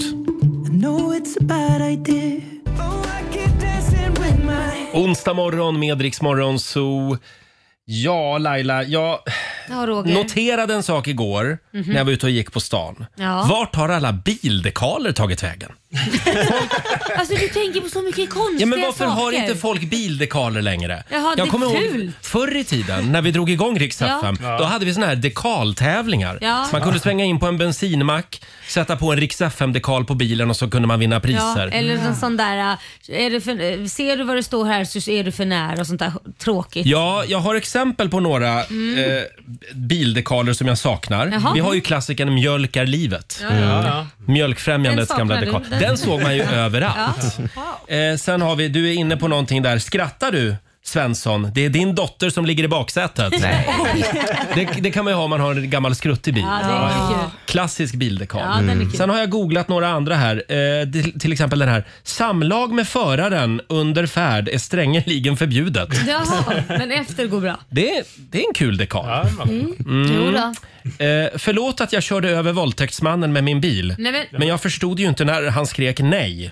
Onsdag morgon med Rix Morgon Zoo. Ja, Laila, jag Ja, Roger. noterade en sak igår Mhm. när jag var ute och gick på stan. Ja. Vart har alla bildekaler tagit vägen? Alltså du tänker på så mycket konstiga Ja, men varför saker. har inte folk bildekaler längre? Jaha, det är kommer ihåg fult. förr i tiden när vi drog igång Rix F M, Ja. då hade vi såna här dekaltävlingar. Ja. Man kunde svänga in på en bensinmack, sätta på en Rix F M-dekal på bilen och så kunde man vinna priser. Ja, eller en sån där, äh, är du för, ser du vad det står här så är du för nära och sånt där tråkigt. Ja, jag har exempel på några Mm. eh, bildekaler som jag saknar. Jaha. Vi har ju klassikern Mjölk är livet. Ja, ja, ja. Mjölkfrämjandets Den gamla saknar dekal. du. Den, Den- såg man ju överallt. Eh, sen har vi, du är inne på någonting där. Skrattar du, Svensson? Det är din dotter som ligger i baksätet. Nej. Det, det kan man ju ha om man har en gammal skruttig bil. Ja, det är kul. Klassisk bildekal. Ja, den är kul. Sen har jag googlat några andra här. Eh, till, till exempel den här. Samlag med föraren under färd är strängeligen förbjudet. Jaha, men efter går bra. Det, är- det är en kul dekal. Mm. Jo då. Eh, förlåt att jag körde över våldtäktsmannen med min bil. Nej, men- men jag förstod ju inte när han skrek nej.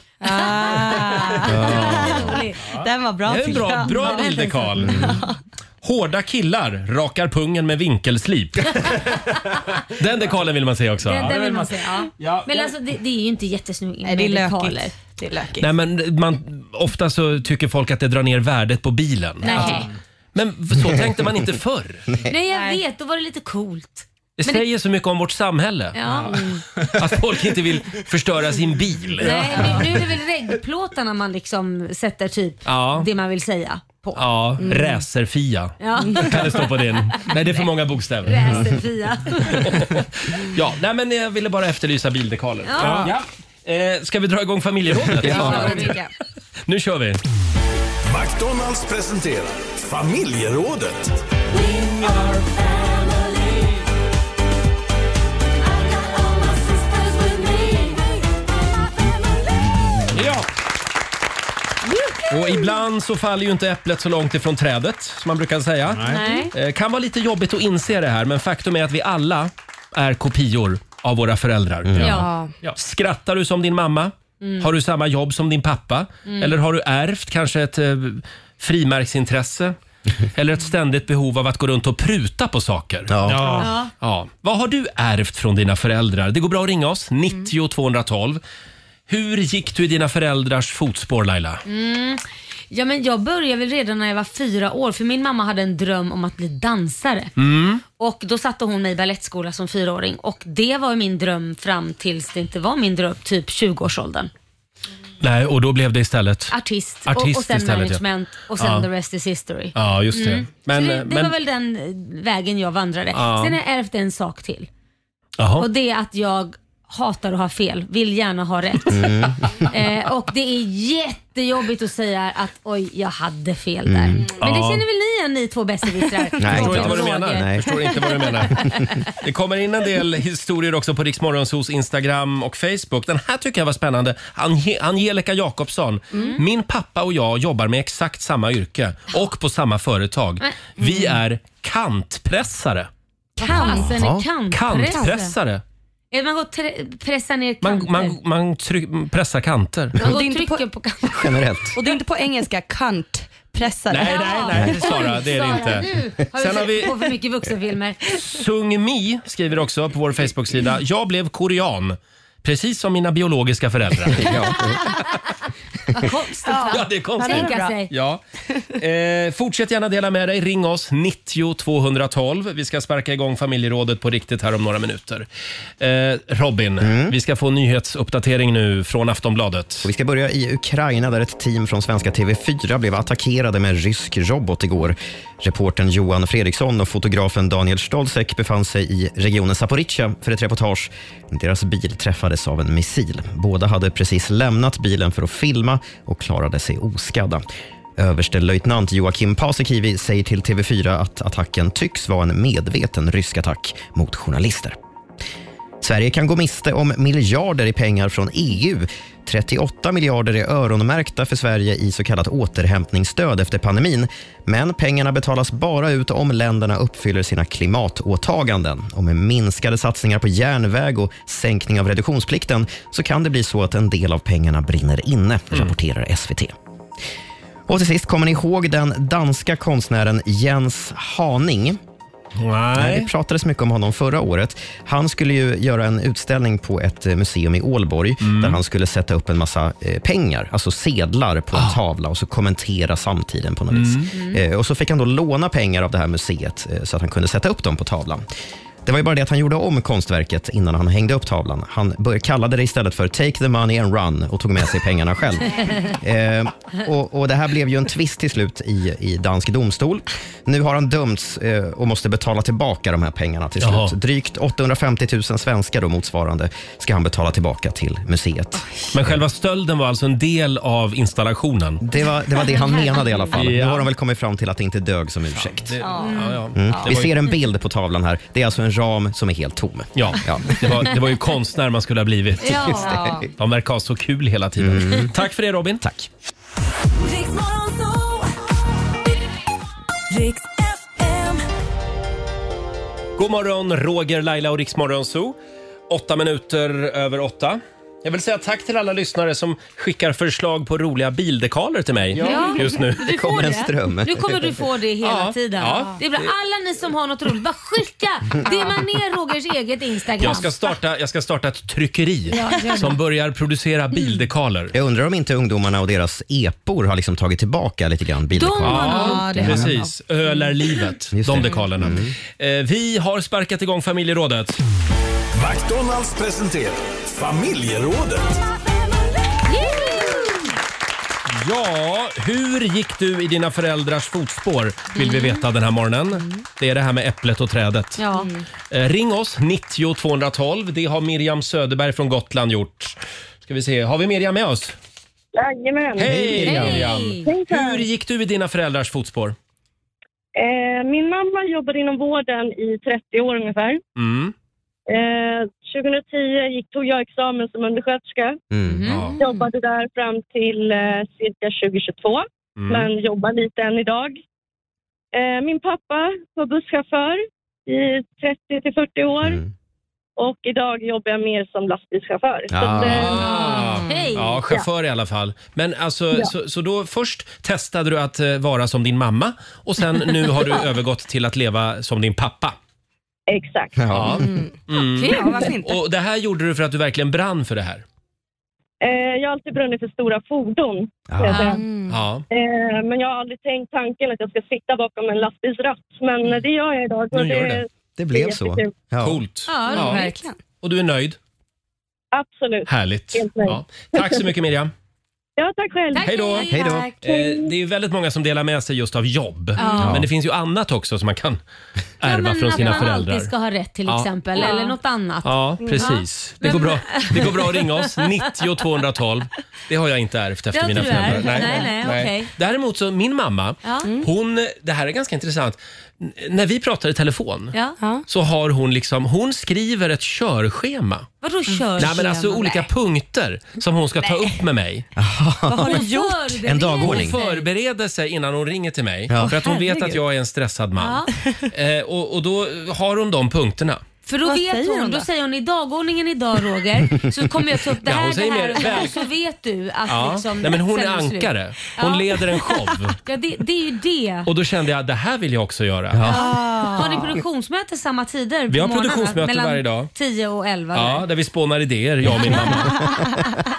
Den var bra. Det är en tycker bra, jag. bra bildekal. Hårda killar rakar pungen med vinkelslip. Den dekalen vill man se också. Den, den vill man säga, ja. Ja, Men ja. alltså det, det är ju inte jättesnyggt Nej, det är med lökigt. dekaler. Det är lökigt. Nej, men man, ofta så tycker folk att det drar ner värdet på bilen. Nej. Alltså, men så tänkte man inte förr. Nej, jag vet. Då var det lite coolt. Det Men säger så mycket om vårt samhälle. Ja. Mm. Att folk inte vill förstöra sin bil. Nej, nu, nu är det väl reggplåtarna man liksom sätter typ Ja. det man vill säga på. Ja, Mm. racerfia. Ja. Kan det stå på din? Nej, det är för många bokstäver. Racerfia. Ja, nej, men jag ville bara efterlysa bildekaler. Ja. Ja. Eh, ska vi dra igång familjerådet? Ja. Nu kör vi. McDonalds presenterar familjerådet. Ja. Och ibland så faller ju inte äpplet så långt ifrån trädet, som man brukar säga. Nej. Eh, kan vara lite jobbigt att inse det här, men faktum är att vi alla är kopior av våra föräldrar. Ja. Ja. Skrattar du som din mamma? Mm. Har du samma jobb som din pappa? Mm. Eller har du ärvt kanske ett eh, frimärksintresse? Eller ett ständigt behov av att gå runt och pruta på saker? Ja. Ja. Ja. Vad har du ärvt från dina föräldrar? Det går bra att ringa oss, nittio tvåhundratolv. Hur gick du i dina föräldrars fotspår, Laila? Mm. Ja, men jag började väl redan när jag var fyra år för min mamma hade en dröm om att bli dansare. Mm. Och då satte hon mig i balettskola som fyraåring och det var min dröm fram tills det inte var min dröm, typ tjugo-årsåldern. Nej, och då blev det istället Artist, Artist och, och sen istället, ja. management och sen Ja. the rest is history. Ja, just det. Mm. Men, Så det, det men, var väl den eh, vägen jag vandrade. Ja. Sen har jag ärvt en sak till. Jaha. Och det är att jag hatar att ha fel, vill gärna ha rätt. Mm. Eh, och det är jättejobbigt att säga att oj, jag hade fel där. Mm. Men Ja. det känner väl ni igen, ni två besserwissrar? Nej, förstår inte vad du Roger. menar. Nej. Förstår inte vad du menar. Det kommer in en del historier också på Rix Morgonzos Instagram och Facebook. Den här tycker jag var spännande. Ange- Angelica Jakobsson. Mm. Min pappa och jag jobbar med exakt samma yrke och på samma företag. Men- Vi är kantpressare. Fasen är kantpressare. Kantpressare. Är det man går och tre- pressar ner Man, kanter? man, man tryck, pressar kanter. Man går Det är och inte trycker på kanter. Generellt. Och det är inte på engelska, kant. Pressare. Nej, nej, nej, Sara, det är det Sara, inte. Nu har Sen du har vi- sett på för mycket vuxenfilmer. Sung Mi skriver också på vår Facebook-sida. Jag blev korean, precis som mina biologiska föräldrar. Vad konstigt. Ja, det är konstigt. Tänka sig. Ja. Eh, fortsätt gärna dela med dig. Ring oss nittio tvåhundratolv. Vi ska sparka igång familjerådet på riktigt här om några minuter. Eh, Robin, mm. vi ska få en nyhetsuppdatering nu från Aftonbladet. Och vi ska börja i Ukraina där ett team från svenska T V fyra blev attackerade med rysk robot igår. Reportern Johan Fredriksson och fotografen Daniel Stolzek befann sig i regionen Zaporizjzja för ett reportage. Deras bil träffades av en missil. Båda hade precis lämnat bilen för att filma och klarade sig oskadda. Överstelöjtnant Joakim Paasikivi säger till T V fyra att attacken tycks vara en medveten rysk attack mot journalister. Sverige kan gå miste om miljarder i pengar från E U. trettioåtta miljarder är öronmärkta för Sverige i så kallat återhämtningsstöd efter pandemin. Men pengarna betalas bara ut om länderna uppfyller sina klimatåtaganden. Och med minskade satsningar på järnväg och sänkning av reduktionsplikten så kan det bli så att en del av pengarna brinner inne, rapporterar S V T. Och till sist, kommer ni ihåg den danska konstnären Jens Haning? Nej. Det pratades mycket om honom förra året. Han skulle ju göra en utställning på ett museum i Ålborg mm. där han skulle sätta upp en massa eh, pengar, alltså sedlar på en ah. tavla och så kommentera samtiden på något mm. vis. Eh, och så fick han då låna pengar av det här museet eh, så att han kunde sätta upp dem på tavlan. Det var ju bara det att han gjorde om konstverket innan han hängde upp tavlan. Han började, kallade det istället för Take the money and run och tog med sig pengarna själv. eh, och, och det här blev ju en tvist till slut i, i dansk domstol. Nu har han dömts eh, och måste betala tillbaka de här pengarna till slut. Jaha. Drygt åttahundrafemtio tusen svenskar då motsvarande ska han betala tillbaka till museet. Men själva stölden var alltså en del av installationen? Det var det, var det han menade i alla fall. Ja. Nu har de väl kommit fram till att det inte dög som ursäkt. Ja, det, ja, ja. Mm. Ja. Vi ser en bild på tavlan här. Det är alltså en ram som är helt tom. Ja, ja. Det, var, det var ju konstnär man skulle ha blivit. Ja. De verkar ha så kul hela tiden. Mm. Tack för det, Robin. Tack. God morgon, Roger, Laila och Riksmorgon Zoo. Åtta minuter över åtta. Jag vill säga tack till alla lyssnare som skickar förslag på roliga bildekaler till mig ja. just nu. Du får kommer det. En ström. Nu kommer du få det hela ja. tiden. Ja. Det är bra. Alla ni som har något roligt, bara skicka. Det är man ner Rogers eget Instagram. Jag ska starta, jag ska starta ett tryckeri ja, som börjar producera bildekaler. Jag undrar om inte ungdomarna och deras epor har liksom tagit tillbaka lite grann bildekaler. Ja, ja, precis. Öl är livet. De dekalerna. Mm. Eh, vi har sparkat igång familjerådet. McDonalds presenterar familjerådet. Ja, hur gick du i dina föräldrars fotspår vill vi veta den här morgonen. Mm. Det är det här med äpplet och trädet. Ja. Eh, ring oss, nittio tvåhundratolv. Det har Miriam Söderberg från Gotland gjort. Ska vi se, har vi Miriam med oss? Jajamän. Hej Hej. Miriam. Hur gick du i dina föräldrars fotspår? Eh, min mamma jobbade inom vården i trettio år ungefär. Mm. Eh, tjugohundratio gick, tog jag examen som undersköterska. Mm. Ja. Jobbade där fram till eh, cirka tjugohundratjugotvå. Mm. Men jobbar lite än idag. Eh, min pappa var busschaufför i trettio till fyrtio år. Mm. Och idag jobbar jag mer som lastbilschaufför. Ah. Så att, eh, Ah. Hej. Ja, chaufför i alla fall. Men alltså, Ja. så, så då först testade du att eh, vara som din mamma och sen nu har du övergått till att leva som din pappa. Exakt. Ja. Mm. Mm. Okej, ja, varför inte? Och det här gjorde du för att du verkligen brann för det här? Eh, jag har alltid brunnit för stora fordon. Ah. Jag säga. Mm. Ja. Eh, men jag har aldrig tänkt tanken att jag ska sitta bakom en lastbilsratt. Men det gör jag idag. Nu gör det. Det blev så. Ja. Coolt. Ja, Ja. verkligen. Och du är nöjd? Absolut. Härligt. Helt nöjd. Ja. Tack så mycket Miriam. Ja, tack själv. Tack, Hej då. Hej då. tack. Eh, det är ju väldigt många som delar med sig just av jobb. Ja. Men det finns ju annat också som man kan Ja, ärva men från sina att man föräldrar. alltid ska ha rätt till Ja. exempel. Ja. Eller något annat. Ja, precis. Det går, bra. det går bra att ringa oss. nittio tvåhundratolv. Det har jag inte ärvt efter Det har mina inte du föräldrar. ärvt. Nej, nej, okej. Däremot så min mamma, Ja. hon, det här är ganska intressant. N- När vi pratar i telefon Ja. Ja. så har hon liksom, hon skriver ett körschema. Vadå kör? Nej, men alltså olika punkter som hon ska ta upp med mig. Vad har du gjort? Förbereder En dagordning. Hon förbereder sig innan hon ringer till mig. Ja. För att hon vet Herregud. att jag är en stressad man. Eh, och, och då har hon de punkterna. För då Vad vet säger hon, hon då då? säger hon i dagordningen idag Roger, så kommer jag ta upp det Ja, hon här, det säger här mer, och det här, väl- så vet du att Ja. liksom... Nej, men hon är sen är det slut. ankare. Hon Ja. leder en show. Ja, det, det är ju det. Och då kände jag, det här vill jag också göra. Har ni produktionsmöte samma tider? Vi har på morgonen? produktionsmöte Mellan varje dag. tio och elva. Ja, där. där vi spånar idéer, jag och min mamma.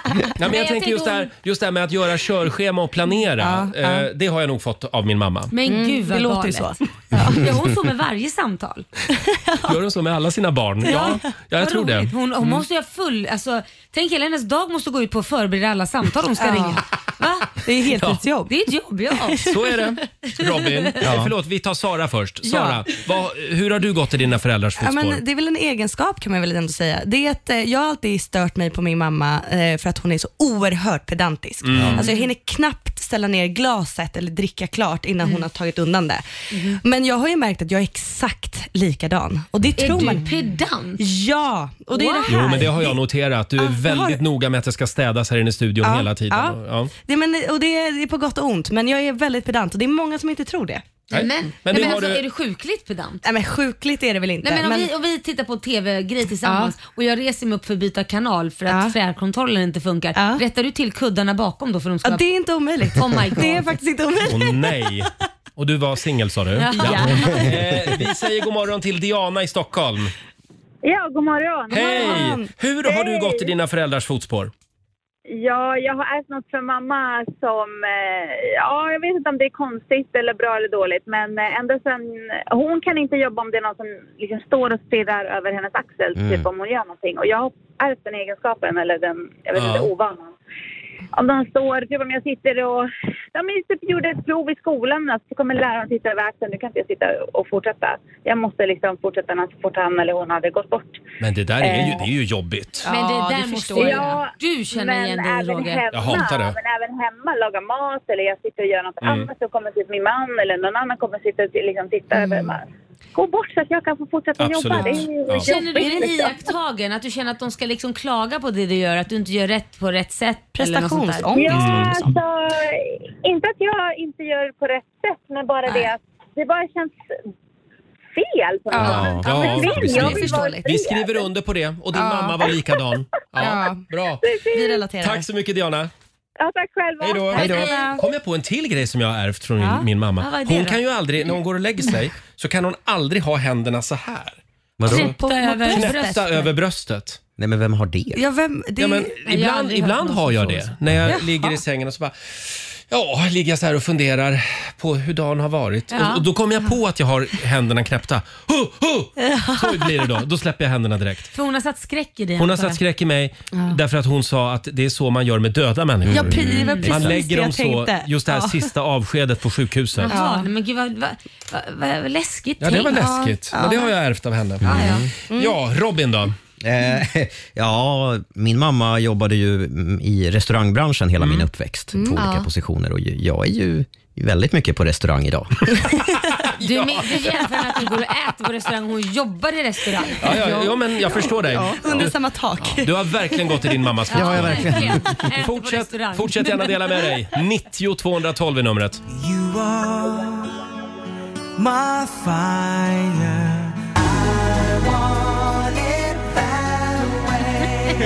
Ja, men jag tänker just det, här, just det här med att göra körschema och planera. Ja, ja. Eh, det har jag nog fått av min mamma. Men Mm, gud vad det låter ju galet. så. Ja, hon så med varje samtal. Gör hon så med alla sina barn? Ja, ja jag Vad tror det. roligt. Hon, hon Mm. måste ju ha full... Alltså, tänk hela hennes dag måste gå ut på att förbereda alla samtal hon ska Ja. ringa. Va? Det är heltidsjobb. Det är ett jobb, ja. Så är det. Robin, Ja. förlåt, vi tar Sara först. Ja. Sara, vad, hur har du gått i dina föräldrars Ja, fotspår? men det är väl en egenskap kan man väl ändå säga. Det är att eh, jag har alltid stört mig på min mamma eh, för att hon är så oerhört pedantisk. Mm. Alltså jag hinner knappt ställa ner glaset eller dricka klart innan Mm. hon har tagit undan det. Men jag har ju märkt att jag är exakt likadan. Och det Är tror du man. pedant? Ja, och det är det här. Jo, men det har jag noterat. Du är Ja, jag väldigt har- noga med att det ska städas här inne i studion Ja, hela tiden. ja. Och- Ja. Det, men, och det är, det är på gott och ont, men jag är väldigt pedant och det är många som inte tror det. Nej, men, Men men, det men har alltså, du- är du sjukligt pedant? Nej, men sjukligt är det väl inte. Nej, men om, men- Vi, om vi tittar på tv-grej tillsammans och jag reser mig upp för att byta kanal för att fjärrkontrollen inte funkar. Rättar du till kuddarna bakom då? För de ska... Ja, det är inte omöjligt. Oh my God. Det är faktiskt inte omöjligt. Åh nej. Och du var singel sa du? Ja. Eh, vi säger god morgon till Diana i Stockholm. Ja, god morgon. Hej! Hur har du gått i dina föräldrars fotspår? Ja, jag har ärvt något från mamma som, eh, ja jag vet inte om det är konstigt eller bra eller dåligt, men eh, ända sen, hon kan inte jobba om det är någon som liksom står och stirrar över hennes axel, Mm. typ om hon gör någonting. Och jag har ärvt den egenskapen, eller den, jag vet Ja. inte, ovanan. Om de står, typ om jag sitter och, ja men typ gjorde ett prov i skolan, så kommer läraren titta över axeln, nu kan inte jag sitta och fortsätta. Jag måste liksom fortsätta när så fort han eller hon hade gått bort. Men det där är ju, Eh. det är ju jobbigt. Men det Ja, där det måste förstår jag. jag. Du känner Men igen dig även Roger. hemma, Jag hatar det. Men även hemma, laga mat eller jag sitter och gör något Mm. annat, så kommer typ min man eller någon annan kommer sitta och liksom titta över mig. Gå bort så att jag kan få fortsätta Absolut. jobba. Det är ju Ja. Känner du dig jobbigt, liksom. iakttagen? Att du känner att de ska liksom klaga på det du gör? Att du inte gör rätt på rätt sätt? eller något sånt där? Prestationsångest. Ja, alltså, inte att jag inte gör på rätt sätt, men bara det att det bara känns fel på något Ja, sätt. ja, Men vi, jag vill vara skriver, vi skriver under på det och din Ja. mamma var likadan. Ja, Ja. bra. Vi relaterar. Tack så mycket Diana. Ja, tack själva. Hej då. Hej då. Kom jag på en till grej som jag har ärvt från min, Ja. min mamma. Ja, vad är det Hon då? kan ju aldrig, när hon går och lägger sig, så kan hon aldrig ha händerna så här. Vadå? Knäppta över Knäppta bröstet. över bröstet. Nej, men vem har det? Ja, vem, det, Ja, men Nej, jag har ibland aldrig hört ibland någon har som jag får det. så. När jag Jaha. ligger i sängen och så bara... Ja, ligger jag så här och funderar på hur dagen har varit. Ja. Och, och då kommer jag på att jag har händerna knäppta. Huh, huh! Så blir det då. Då släpper jag händerna direkt. För hon har satt skräck i dig. Hon har antar jag. satt skräck i mig därför att hon sa att det är så man gör med döda människor. Ja, pre- det var precis Man det lägger dem jag så, tänkte. just det här Ja. sista avskedet på sjukhuset. Jaha, nej, men gud vad, vad, vad, vad läskigt Ja, det var tänkt. läskigt. Ja. Men det har jag ärvt av henne. Ja, ja. Ja, Robin då? Eh, ja, min mamma jobbade ju mm, i restaurangbranschen hela min uppväxt på olika Ja. positioner och ju- jag är ju väldigt mycket på restaurang idag. Du, ja. du jämför med att du går och äter på restaurang, hon jobbar i restaurang. Ja, ja, ja, men jag förstår dig. under samma tak. Du har verkligen gått i din mammas Ja, fotspår. jag verkligen. Äter på Fortsätt, restaurang. fortsätt gärna dela med dig. nittio tvåhundratolv är numret. You are my fire. I want it that way.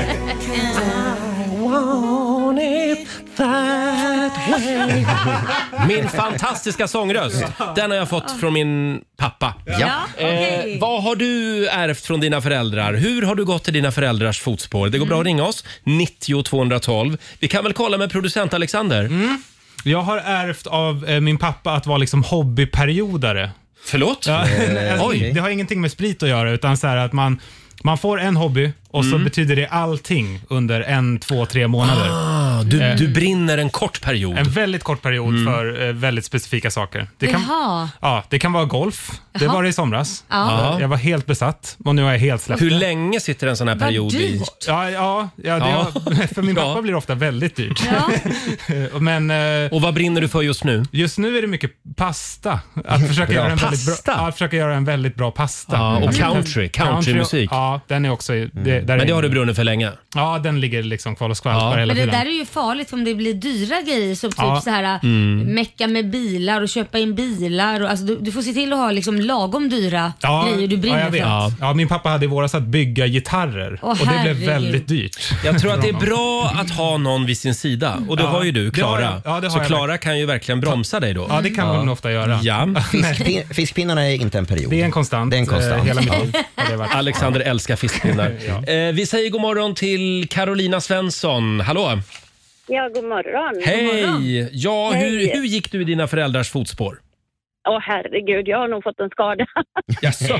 I want it that way. Min fantastiska sångröst, den har jag fått från min pappa. Ja, okej. eh, vad har du ärvt från dina föräldrar? Hur har du gått i dina föräldrars fotspår? Det går bra att ringa oss, nittio tvåhundratolv. Vi kan väl kolla med producent Alexander? Mm. Jag har ärvt av eh, min pappa att vara liksom hobbyperiodare. Förlåt? Ja, Eh, alltså, okej. det har ingenting med sprit att göra, utan så här att man, man får en hobby och så betyder det allting under en, två, tre månader. Ah, du, Eh, du brinner en kort period. En väldigt kort period för eh, väldigt specifika saker. Det kan, Jaha. ja, det kan vara golf. Det Jaha. var det i somras. Ja. Eh, Jag var helt besatt och nu har jag helt släppt Hur det. länge sitter en sån här Vad period i? dyrt. Ja, ja, ja, det Ja. Har, för min Ja. pappa blir det ofta väldigt dyrt. Ja. Men eh, Och vad brinner du för just nu? just nu är det mycket pasta. Att försöka, göra en, väldigt bra, Pasta? ja, att försöka göra en väldigt bra pasta. Ja, och Alltså, country, countrymusik. Ja, den är också... Det, där Men det är, har du brunnit för länge. Ja, den ligger liksom kvar och skvalpar Ja. hela Men det tiden. där är ju farligt om det blir dyra grejer som typ Ja. så här Mm. mecka med bilar och köpa in bilar. Och, alltså, du, du får se till att ha liksom lagom dyra Ja, grejer du brinner ja, jag vet. för. Ja. ja, min pappa hade i våras att bygga gitarrer Åh, och det blev herregud. väldigt dyrt. Jag tror att det är bra att ha någon vid sin sida. Och det Ja, har ju du, det har Klara. jag. Ja, det har Så jag Klara kan ju verkligen bromsa dig då. Ja, det kan hon ofta göra. Ja. Fiskpin- fiskpinnarna är inte en period. Det är en konstant. Det är en konstant. eh, hela mitt Ja. liv. har det varit. Alexander älskar fiskpinnar. eh, vi säger god morgon till Carolina Svensson. Hallå! Ja, god morgon. Hej! Ja, Hej. hur, hur gick du i dina föräldrars fotspår? Åh herregud, jag har nog fått en skada. Jaså?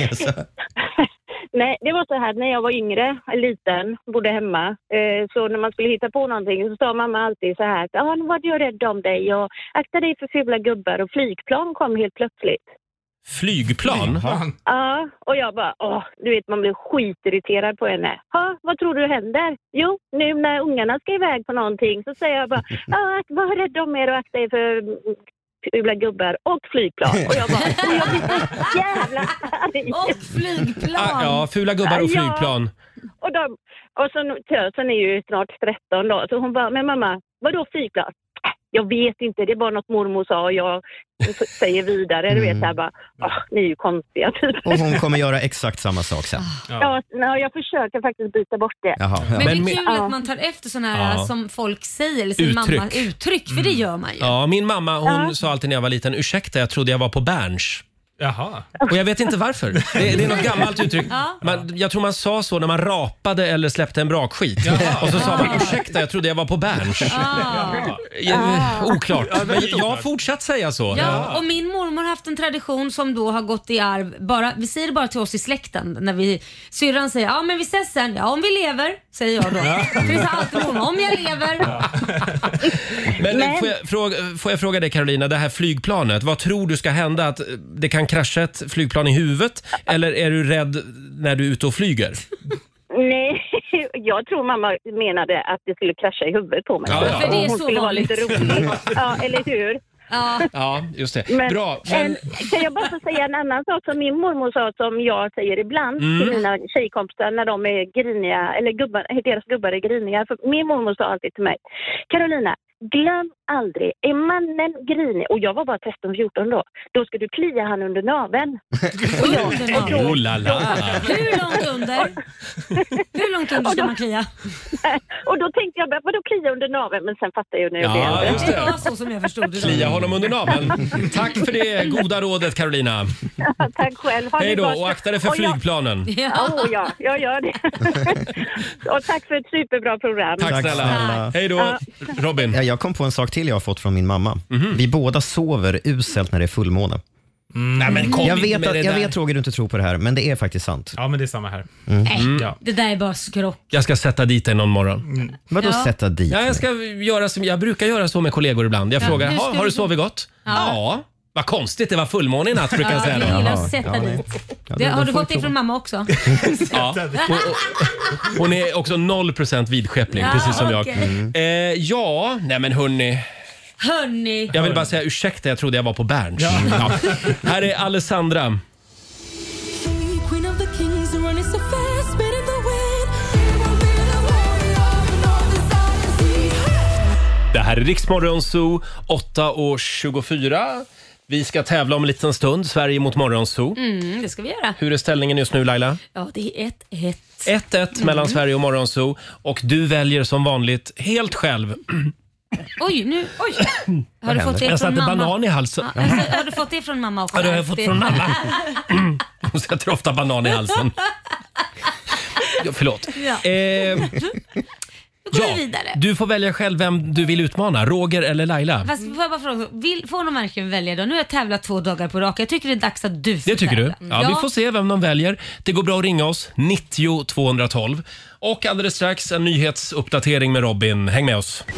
Nej, det var så här när jag var yngre, liten, bodde hemma. Eh, så när man skulle hitta på någonting så sa mamma alltid så här: ja, nu var jag rädd om dig och akta dig för fula gubbar, och flygplan kom helt plötsligt. Flygplan? Ja, och jag bara, åh, du vet, man blir skitirriterad på henne. Ja, vad tror du händer? Jo, nu när ungarna ska iväg på någonting så säger jag bara, ja, var rädd om er och akta er för fula gubbar och flygplan. Och jag bara, och jag blir så jävla arg. Och flygplan. Ah, ja, fula gubbar och flygplan. Ja, och, de, och så tösen är ju snart tretton då, så hon bara, men mamma, vadå flygplan? Jag vet inte, det är bara något mormor sa och jag säger vidare. Du vet, så här bara, åh, ni är ju konstiga typ. Och hon kommer göra exakt samma sak sen. Ja, ja, jag försöker faktiskt byta bort det. Jaha, ja. Men det är Men- kul att man tar efter sådana här Ja. som folk säger, eller sin Uttryck. mamma uttryck, för det gör man ju. Ja, min mamma hon Ja. sa alltid när jag var liten, ursäkta, jag trodde jag var på Berns. Jaha. Och jag vet inte varför. Det, det är något gammalt uttryck. Ja. Man, jag tror man sa så när man rapade eller släppte en brakskit. Och så sa man, ursäkta, jag trodde jag var på Berns. Ja, oklart. Men jag har fortsatt säga så. Ja, och min mormor har haft en tradition som då har gått i arv. Bara, vi säger det bara till oss i släkten. När vi, syrran säger, ja men vi ses sen. Ja, om vi lever, säger jag då. För det sa alltid mormor, om jag lever. Men Men- får jag, fråga, får jag fråga dig Carolina, det här flygplanet, vad tror du ska hända? Att det kan krascha ett flygplan i huvudet? Eller är du rädd när du är ute och flyger? Nej, jag tror mamma menade att det skulle krascha i huvudet på mig. Ja, ja. För det är hon så skulle vara vanligt. lite rolig. Ja, eller hur? Ja. Ja, just det. Men, Bra. Men, en, kan jag bara få säga en annan sak som min mormor sa, som jag säger ibland Mm. till mina tjejkompisar när de är griniga, eller gubbar, deras gubbar är griniga. För min mormor sa alltid till mig, Carolina, glöm aldrig, är mannen grinig, och jag var bara tretton fjorton då, då ska du klia han under naveln. Och jag, och då, oh la la. Hur långt under? Hur långt under ska man klia? och då tänkte jag, vadå klia under naveln? Men sen fattade jag när jag Ja, blev äldre. just Det var så som jag förstod det. Klia honom under naveln. Tack för det goda rådet Carolina. Tack själv. Ha det Hej då, gott. och akta dig för Och jag- flygplanen. Ja. Oh, ja, jag gör det. Och tack för ett superbra program. Tack snälla. Hej då, Robin. Ja, jag kom på en sak till jag har fått från min mamma. Vi båda sover uselt när det är fullmåne. Nej, men kom Jag inte vet, med att, det jag där. vet Roger, du inte tror på det här, men det är faktiskt sant. Ja, men det är samma här. Nej, Ja. det där är bara skrock. Jag ska sätta dit dig någon morgon. Vadå Ja. sätta dit Ja, mig? jag, ska göra som, jag brukar göra så med kollegor ibland. Jag Ja, frågar, hur ha, ska har du- du sovit gott? Ja. Ja. Vad konstigt, det var fullmåne i natt brukar jag Ja, säga jag då. gillar Jaha. att sätta Ja, nej. dit. Ja, Det, då har du får fått vi det från prova. mamma också? Ja. Och, och, hon är också noll procent vidskeplig, Ja, precis som jag. okej. Eh, ja, nej men hörni. Hörni. Jag vill bara säga ursäkta, jag trodde jag var på Berns. Ja. Här är Alessandra. Queen of the kings who run it so fast, spinning the wind. Det här är Riksmorgon Zoo, åtta och tjugofyra. Vi ska tävla om en liten stund, Sverige mot Morgonzoo. Mm, det ska vi göra. Hur är ställningen just nu, Laila? Ja, det är ett ett. ett ett mellan Sverige och Morgonzoo. Och du väljer som vanligt helt själv. Oj, nu, oj. Har du fått det Jag från satte mamma? banan i halsen. Ja, alltså, har du fått det från mamma också? Ja, det har jag fått från mamma. Hon sätter ofta banan i halsen. Ja, förlåt. Ja. Eh, Då går ja, vi vidare. du får välja själv vem du vill utmana, Roger eller Laila. Fast får jag bara fråga, vill, får de verkligen välja då? Nu har jag tävlat två dagar på rak. Jag tycker det är dags att du får Det tycker du? tävla. Ja, vi får se vem de väljer. Det går bra att ringa oss, nittio tvåhundratolv. Och alldeles strax en nyhetsuppdatering med Robin. Häng med oss.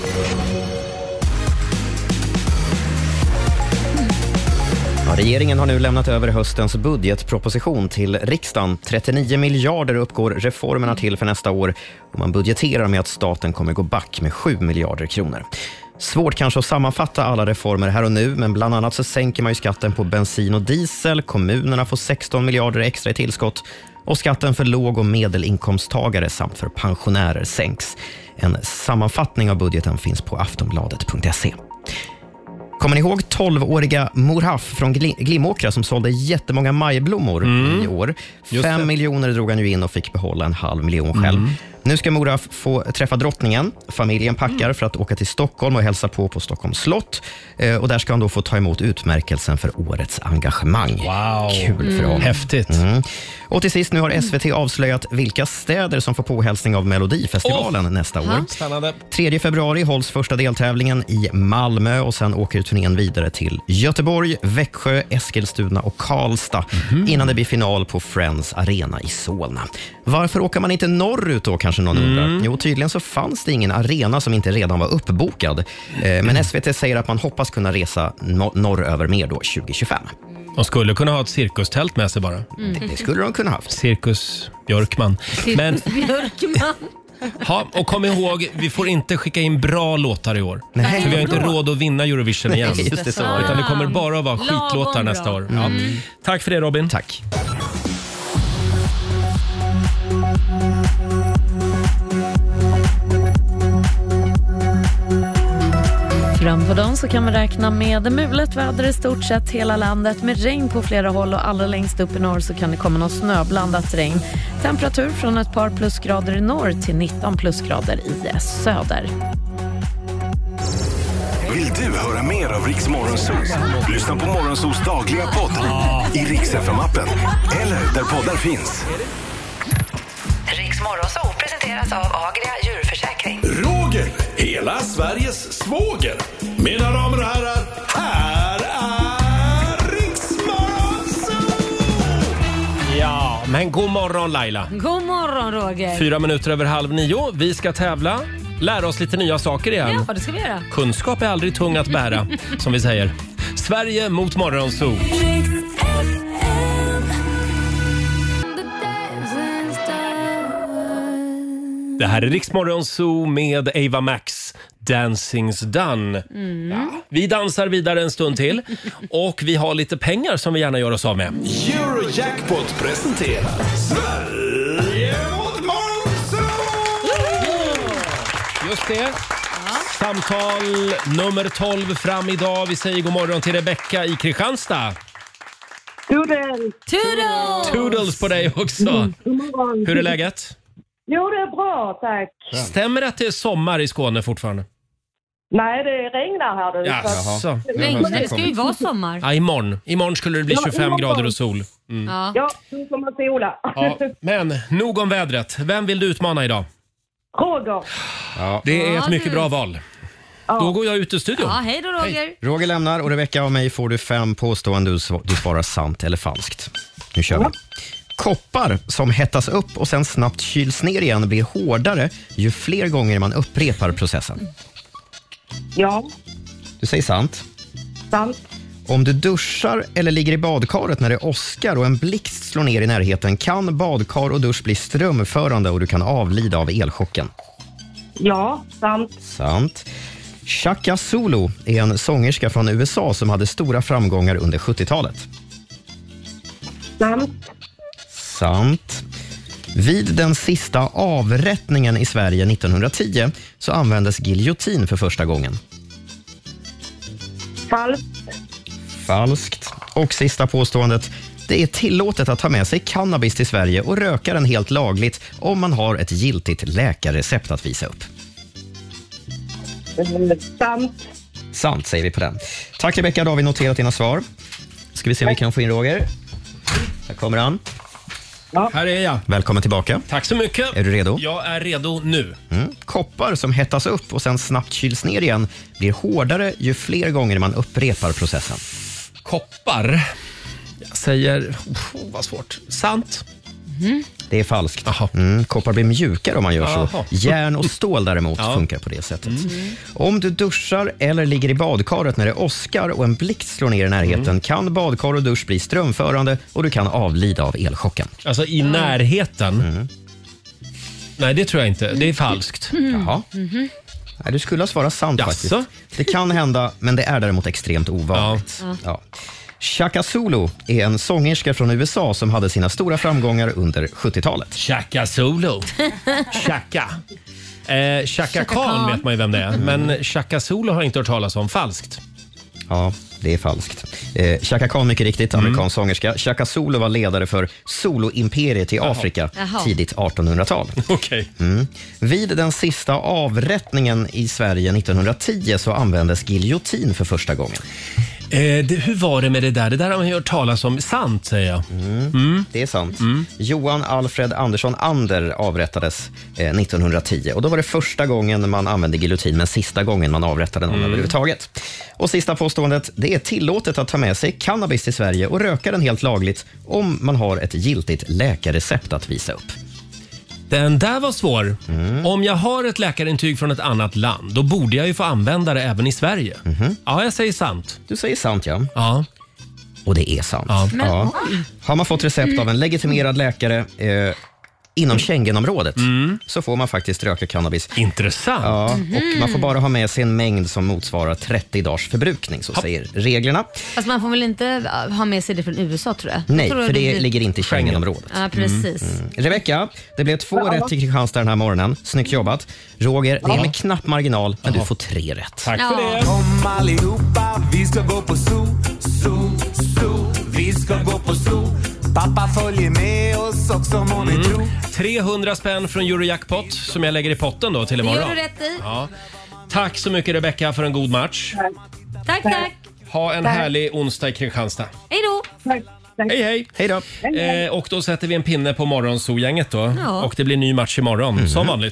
Ja, regeringen har nu lämnat över höstens budgetproposition till riksdagen. trettionio miljarder uppgår reformerna till för nästa år och man budgeterar med att staten kommer gå back med sju miljarder kronor. Svårt kanske att sammanfatta alla reformer här och nu, men bland annat så sänker man ju skatten på bensin och diesel, kommunerna får sexton miljarder extra i tillskott och skatten för låg- och medelinkomsttagare samt för pensionärer sänks. En sammanfattning av budgeten finns på aftonbladet punkt se. Kommer ni ihåg tolvåriga Morhaf från Gli- Glimåkra som sålde jättemånga majblommor Mm. i år? Just Fem det. miljoner drog han ju in och fick behålla en halv miljon själv. Mm. Nu ska Morhaf få träffa drottningen. Familjen packar för att åka till Stockholm och hälsa på på Stockholms slott. Eh, och där ska han då få ta emot utmärkelsen för årets engagemang. Wow. Kul för Mm. honom. Häftigt. Mm. Och till sist, nu har S V T avslöjat vilka städer som får påhälsning av Melodifestivalen Oh. nästa år. Ha. Spännande. tredje februari hålls första deltävlingen i Malmö och sen åker turnén vidare till Göteborg, Växjö, Eskilstuna och Karlstad Mm. innan det blir final på Friends Arena i Solna. Varför åker man inte norrut då, kanske någon Mm. undrar? Jo, tydligen så fanns det ingen arena som inte redan var uppbokad. Eh, Men S V T säger att man hoppas kunna resa no- norröver mer då tjugo tjugofem. De skulle kunna ha ett cirkustält med sig bara. Mm. Det skulle de kunna haft. Cirkus Björkman. Men, Björkman. ha, och kom ihåg, vi får inte skicka in bra låtar i år. Nej. För vi har inte råd att vinna Eurovision igen. Nej, just det, så. Utan det kommer bara att vara Lagom skitlåtar bra. nästa år. Ja. Tack för det, Robin. Tack. Fram på dagen så kan vi räkna med mulet väder i stort sett hela landet med regn på flera håll och allra längst upp i norr så kan det komma någon snöblandat regn. Temperatur från ett par plusgrader i norr till nitton plusgrader i söder. Vill du höra mer av Rix Morgonzoo? Lyssna på Morgonzoos dagliga podd i Rix F M-appen eller där poddar finns. Rix Morgonzoo presenteras av Agria djurförsäkring. Roger, hela Sveriges svåger. Mina damer och herrar, här är Rix Morgonzoo! Ja, men god morgon Laila. God morgon Roger. Fyra minuter över halv nio. Vi ska tävla. Lära oss lite nya saker igen. Ja, det ska vi göra. Kunskap är aldrig tung att bära, som vi säger. Sverige mot Morgonzoo. Det här är Rix Morgonzoo med Ava Max, Dancing's Done. Mm. Ja, vi dansar vidare en stund till och vi har lite pengar som vi gärna gör oss av med. Eurojackpot presenterar Sverige mot Morgonzoo! Just det. Samtal nummer tolv fram idag. Vi säger god morgon till Rebecka i Kristianstad. Toodles! Toodles! Toodles på dig också. God morgon. Hur är läget? Jo, det är bra, tack. Stämmer det att det är sommar i Skåne fortfarande? Nej, det regnar här du. Jaså. Men det ska ju vara sommar. Ja, imorgon. Imorgon skulle det bli Ja, tjugofem imorgon. grader och sol. Mm. Ja. Ja, nu får man sola. Ja, men nog om vädret. Vem vill du utmana idag? Roger. Ja. Det är Ja, ett mycket du. bra val. Då går jag ut ur studion. Ja, hej då Roger. Roger lämnar och Rebecka av mig får du fem påståenden. Du sv- du svarar sant eller falskt. Nu kör vi. Koppar som hettas upp och sen snabbt kyls ner igen blir hårdare ju fler gånger man upprepar processen. Ja, Du säger sant. sant. Om du duschar eller ligger i badkaret när det åskar och en blixt slår ner i närheten kan badkar och dusch bli strömförande och du kan avlida av elchocken. Ja, sant. Sant. Chaka Zulu är en sångerska från U S A som hade stora framgångar under sjuttiotalet. Sant. Sant. Vid den sista avrättningen i Sverige nittonhundratio så användes giljotin för första gången. Falskt. Falskt. Och sista påståendet. Det är tillåtet att ta med sig cannabis till Sverige och röka den helt lagligt om man har ett giltigt läkarrecept att visa upp. Sant. Sant säger vi på den. Tack Rebecka, då har vi noterat dina svar. Ska vi se om vi kan få in Roger. Här kommer han. Här är jag. Välkommen tillbaka. Tack så mycket. Är du redo? Jag är redo nu. Mm. Koppar som hettas upp och sen snabbt kyls ner igen blir hårdare ju fler gånger man upprepar processen. Koppar. Jag säger... Oh, vad svårt. Sant. Mm. Det är falskt. Mm. Koppar blir mjukare om man gör så. Aha. Järn och stål däremot Ja. funkar på det sättet. Om du duschar eller ligger i badkaret när det åskar och en blixt slår ner i närheten Mm. kan badkar och dusch bli strömförande och du kan avlida av elchocken. Alltså i närheten. Nej, det tror jag inte. Det är falskt. Jaha. Nej, du skulle ha svarat sant Jaså? faktiskt. Det kan hända, men det är däremot extremt ovanligt. Ja. Ja. Chaka Zulu är en sångerska från U S A som hade sina stora framgångar under sjuttiotalet. Chaka Zulu. Chaka. Eh, Chaka Chaka Khan Khan. vet man ju vem det är. Men Chaka Zulu har jag inte hört talas om. Falskt. Ja, det är falskt. Eh, Chaka Khan, mycket riktigt, amerikansk mm. sångerska. Chaka Zulu var ledare för soloimperiet i Afrika Jaha. tidigt artonhundratal. Okay. Mm. Vid den sista avrättningen i Sverige nittonhundratio så användes giljotin för första gången. Eh, det, hur var det med det där? Det där har man hört talas om. Sant, säger jag. Mm. Mm. Det är sant. Mm. Johan Alfred Andersson Ander avrättades eh, nittonhundratio. Och då var det första gången man använde giljotin, men sista gången man avrättade någon mm. överhuvudtaget. Och sista påståendet, det är tillåtet att ta med sig cannabis till Sverige och röka den helt lagligt om man har ett giltigt läkarrecept att visa upp. Den där var svår. Mm. Om jag har ett läkarintyg från ett annat land, då borde jag ju få använda det även i Sverige. Mm. Ja, jag säger sant. Du säger sant, ja. Ja. Och det är sant. Ja. Men, ja. Har man fått recept av en legitimerad läkare eh, inom Schengenområdet mm. så får man faktiskt röka cannabis. Intressant. Ja, och man får bara ha med sig en mängd som motsvarar trettio dagars förbrukning, så säger reglerna. Fast man får väl inte ha med sig det från U S A, tror jag. Nej, jag tror för det, det ligger inte i Schengenområdet. Ja, precis. Mm. Mm. Rebecka, det blev två ja. rätt till Kristianstad den här morgonen. Snyggt jobbat. Roger, det är med knapp marginal, men ja. du får tre rätt. Tack för ja. det. Kom allihopa, vi ska gå på zoo, zoo, zoo. Vi ska gå på zoo. Pappa följer med oss också, må ni tro. trehundra spänn från Eurojackpot som jag lägger i potten då till imorgon. Det gör du rätt i. Ja. Tack så mycket, Rebecka, för en god match. Tack, tack. Ha en tack. härlig onsdag i Kristianstad. Hej då. Tack. Hej, hej. Hej då. Eh, och då sätter vi en pinne på morgonzoo-gänget då. Ja. Och det blir ny match imorgon, mm. som vanligt.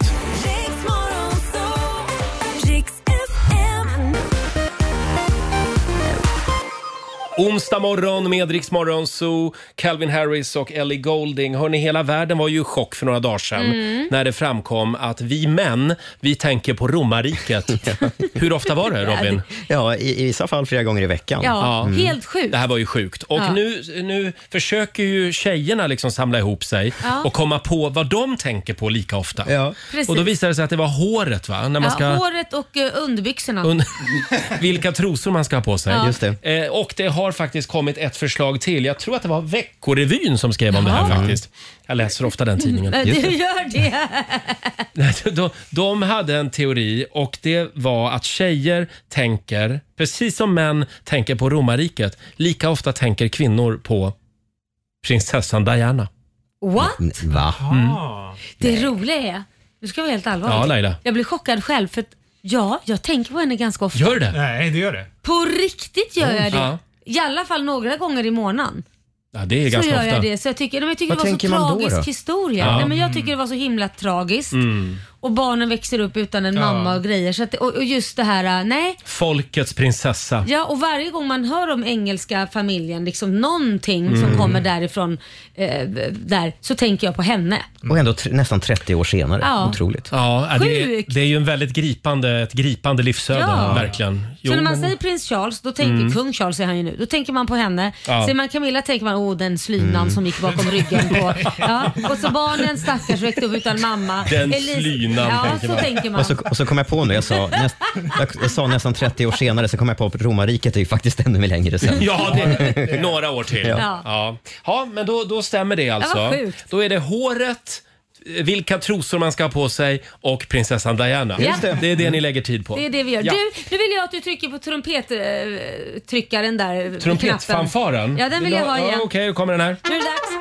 Onsdag morgon med Rix Morgonzoo, Calvin Harris och Ellie Goulding. Hörrni, hela världen var ju i chock för några dagar sedan mm. när det framkom att vi män, vi tänker på romarriket. Hur ofta var det, Robin? Ja, i, i vissa fall flera gånger i veckan. Ja, mm. helt sjukt. Det här var ju sjukt. Och ja. nu, nu försöker ju tjejerna liksom samla ihop sig ja. och komma på vad de tänker på lika ofta. Ja. Och då visade det sig att det var håret, va? När man ja, ska... håret och uh, underbyxorna. Und... Vilka trosor man ska ha på sig. Ja. Just det. Eh, och det har faktiskt kommit ett förslag till. Jag tror att det var Veckorevyn som skrev om det här faktiskt. Jag läser ofta den tidningen. Du gör det. de, de hade en teori och det var att tjejer tänker, precis som män tänker på romarriket, lika ofta tänker kvinnor på prinsessan Diana. What? Va? Mm. Det roliga är, nu ska jag vara helt allvarlig. Ja, Laila. Jag blir chockad själv för att ja, jag tänker på henne ganska ofta. Gör det? Nej, det gör det. På riktigt gör jag det. Ja. I alla fall några gånger i månaden. Ja, det är så ganska gör ofta. jag det. Så jag tycker, jag tycker Vad det var så tänker man då tragisk då? historia. Ja. Nej, men jag tycker det var så himla tragiskt. Mm. Och barnen växer upp utan en Ja. mamma och grejer. Så att, och, och just det här, nej. Folkets prinsessa. Ja, och varje gång man hör om engelska familjen, liksom någonting Mm. som kommer därifrån, eh, där, så tänker jag på henne. Och ändå t- nästan trettio år senare. Ja. Otroligt. Ja, det är, Sjukt. det är ju en väldigt gripande, ett gripande livsöde, Ja. verkligen. Jo, Så när man men- säger prins Charles, då tänker Mm. kung Charles är han ju nu, då tänker man på henne. Ja. Ser man Camilla tänker man, åh den slynan Mm. som gick bakom ryggen på. Ja. Och så barnen stackars växte upp utan mamma. Den Elis- slynan, ja, tänker så man. tänker man. Och så, och så kom jag på nu, jag sa, näst, jag, jag sa nästan trettio år senare, så kom jag på att romarriket är ju faktiskt ännu längre sen. Ja, det är några år till. Ja, Ja. ja. ja men då, då stämmer det alltså. Ja, vad sjukt. Då är det håret, vilka trosor man ska ha på sig och prinsessan Diana. Just det. det är det ni lägger tid på. Det är det vi gör. Ja. Du, nu vill jag att du trycker på trumpettryckaren där. Trumpetfanfaren? Knappen. Ja, den vill jag ha igen. Ja, Okej, då kommer den här. Nu är det dags.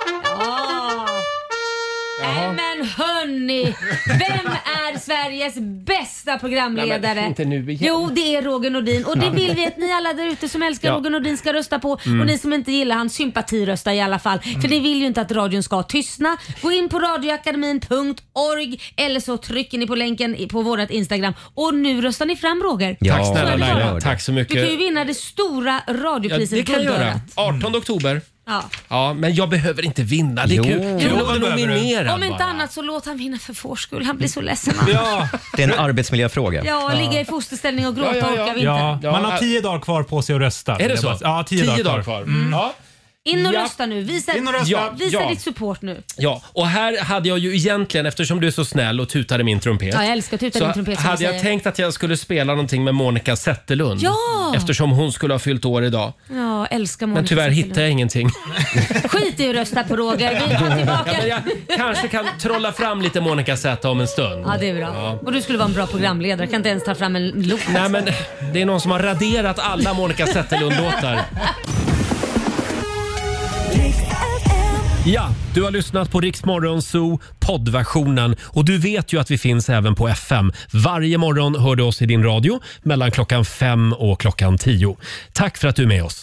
Ja. Jaha. Nej, men hörni, vem är Sveriges bästa programledare? Nej, men inte nu igen. Jo, det är Roger Nordin. Och det vill vi att ni alla där ute som älskar Ja. Roger Nordin ska rösta på. Mm. Och ni som inte gillar han, sympatirösta i alla fall. För det vill ju inte att radion ska tystna. Gå in på radioakademin punkt org eller så trycker ni på länken på vårt Instagram. Och nu röstar ni fram Roger. Ja, Tack snälla Så är det Laila. bara. Tack så Du mycket. kan ju vinna det stora Ja, radiopriset det kan jag göra. Guldörat. artonde oktober. Ja. Ja, men jag behöver inte vinna. Det är Jo. kul. Jo, Kul att det vara behöver du. nominerad Om inte bara. annat så låt han vinna för vår skull. Han blir så ledsen. Ja. Det är en arbetsmiljöfråga. Ja, ligga i fosterställning och gråta Ja, ja, ja. orkar vi inte. Ja, Ja, man ja. har tio dagar kvar på sig att rösta. Är det så? Ja, tio, dagar kvar. Mm. Ja. In och Ja. rösta nu. Visa, In och rösta. Ja, visa ja. ditt support nu. Ja, och här hade jag ju egentligen, eftersom du är så snäll och tutade min trumpet. Ja, jag älskar att tuta så din trumpet, som hade du jag säger. tänkt att jag skulle spela någonting med Monica Zetterlund. Ja! Eftersom hon skulle ha fyllt år idag. Ja, älskar Monica Men tyvärr Zetterlund. hittar jag ingenting. Skit i att rösta på Roger. Vi tar tillbaka. Ja, men jag kanske kan trolla fram lite Monica Z om en stund. Ja, det är bra. Ja. Och du skulle vara en bra programledare. Kan inte ens ta fram en låt. Nej, men det är någon som har raderat alla Monica Zetterlund-låtar. Ja, du har lyssnat på Rix Morgon Zoo poddversionen och du vet ju att vi finns även på F M. Varje morgon hör du oss i din radio mellan klockan fem och klockan tio. Tack för att du är med oss.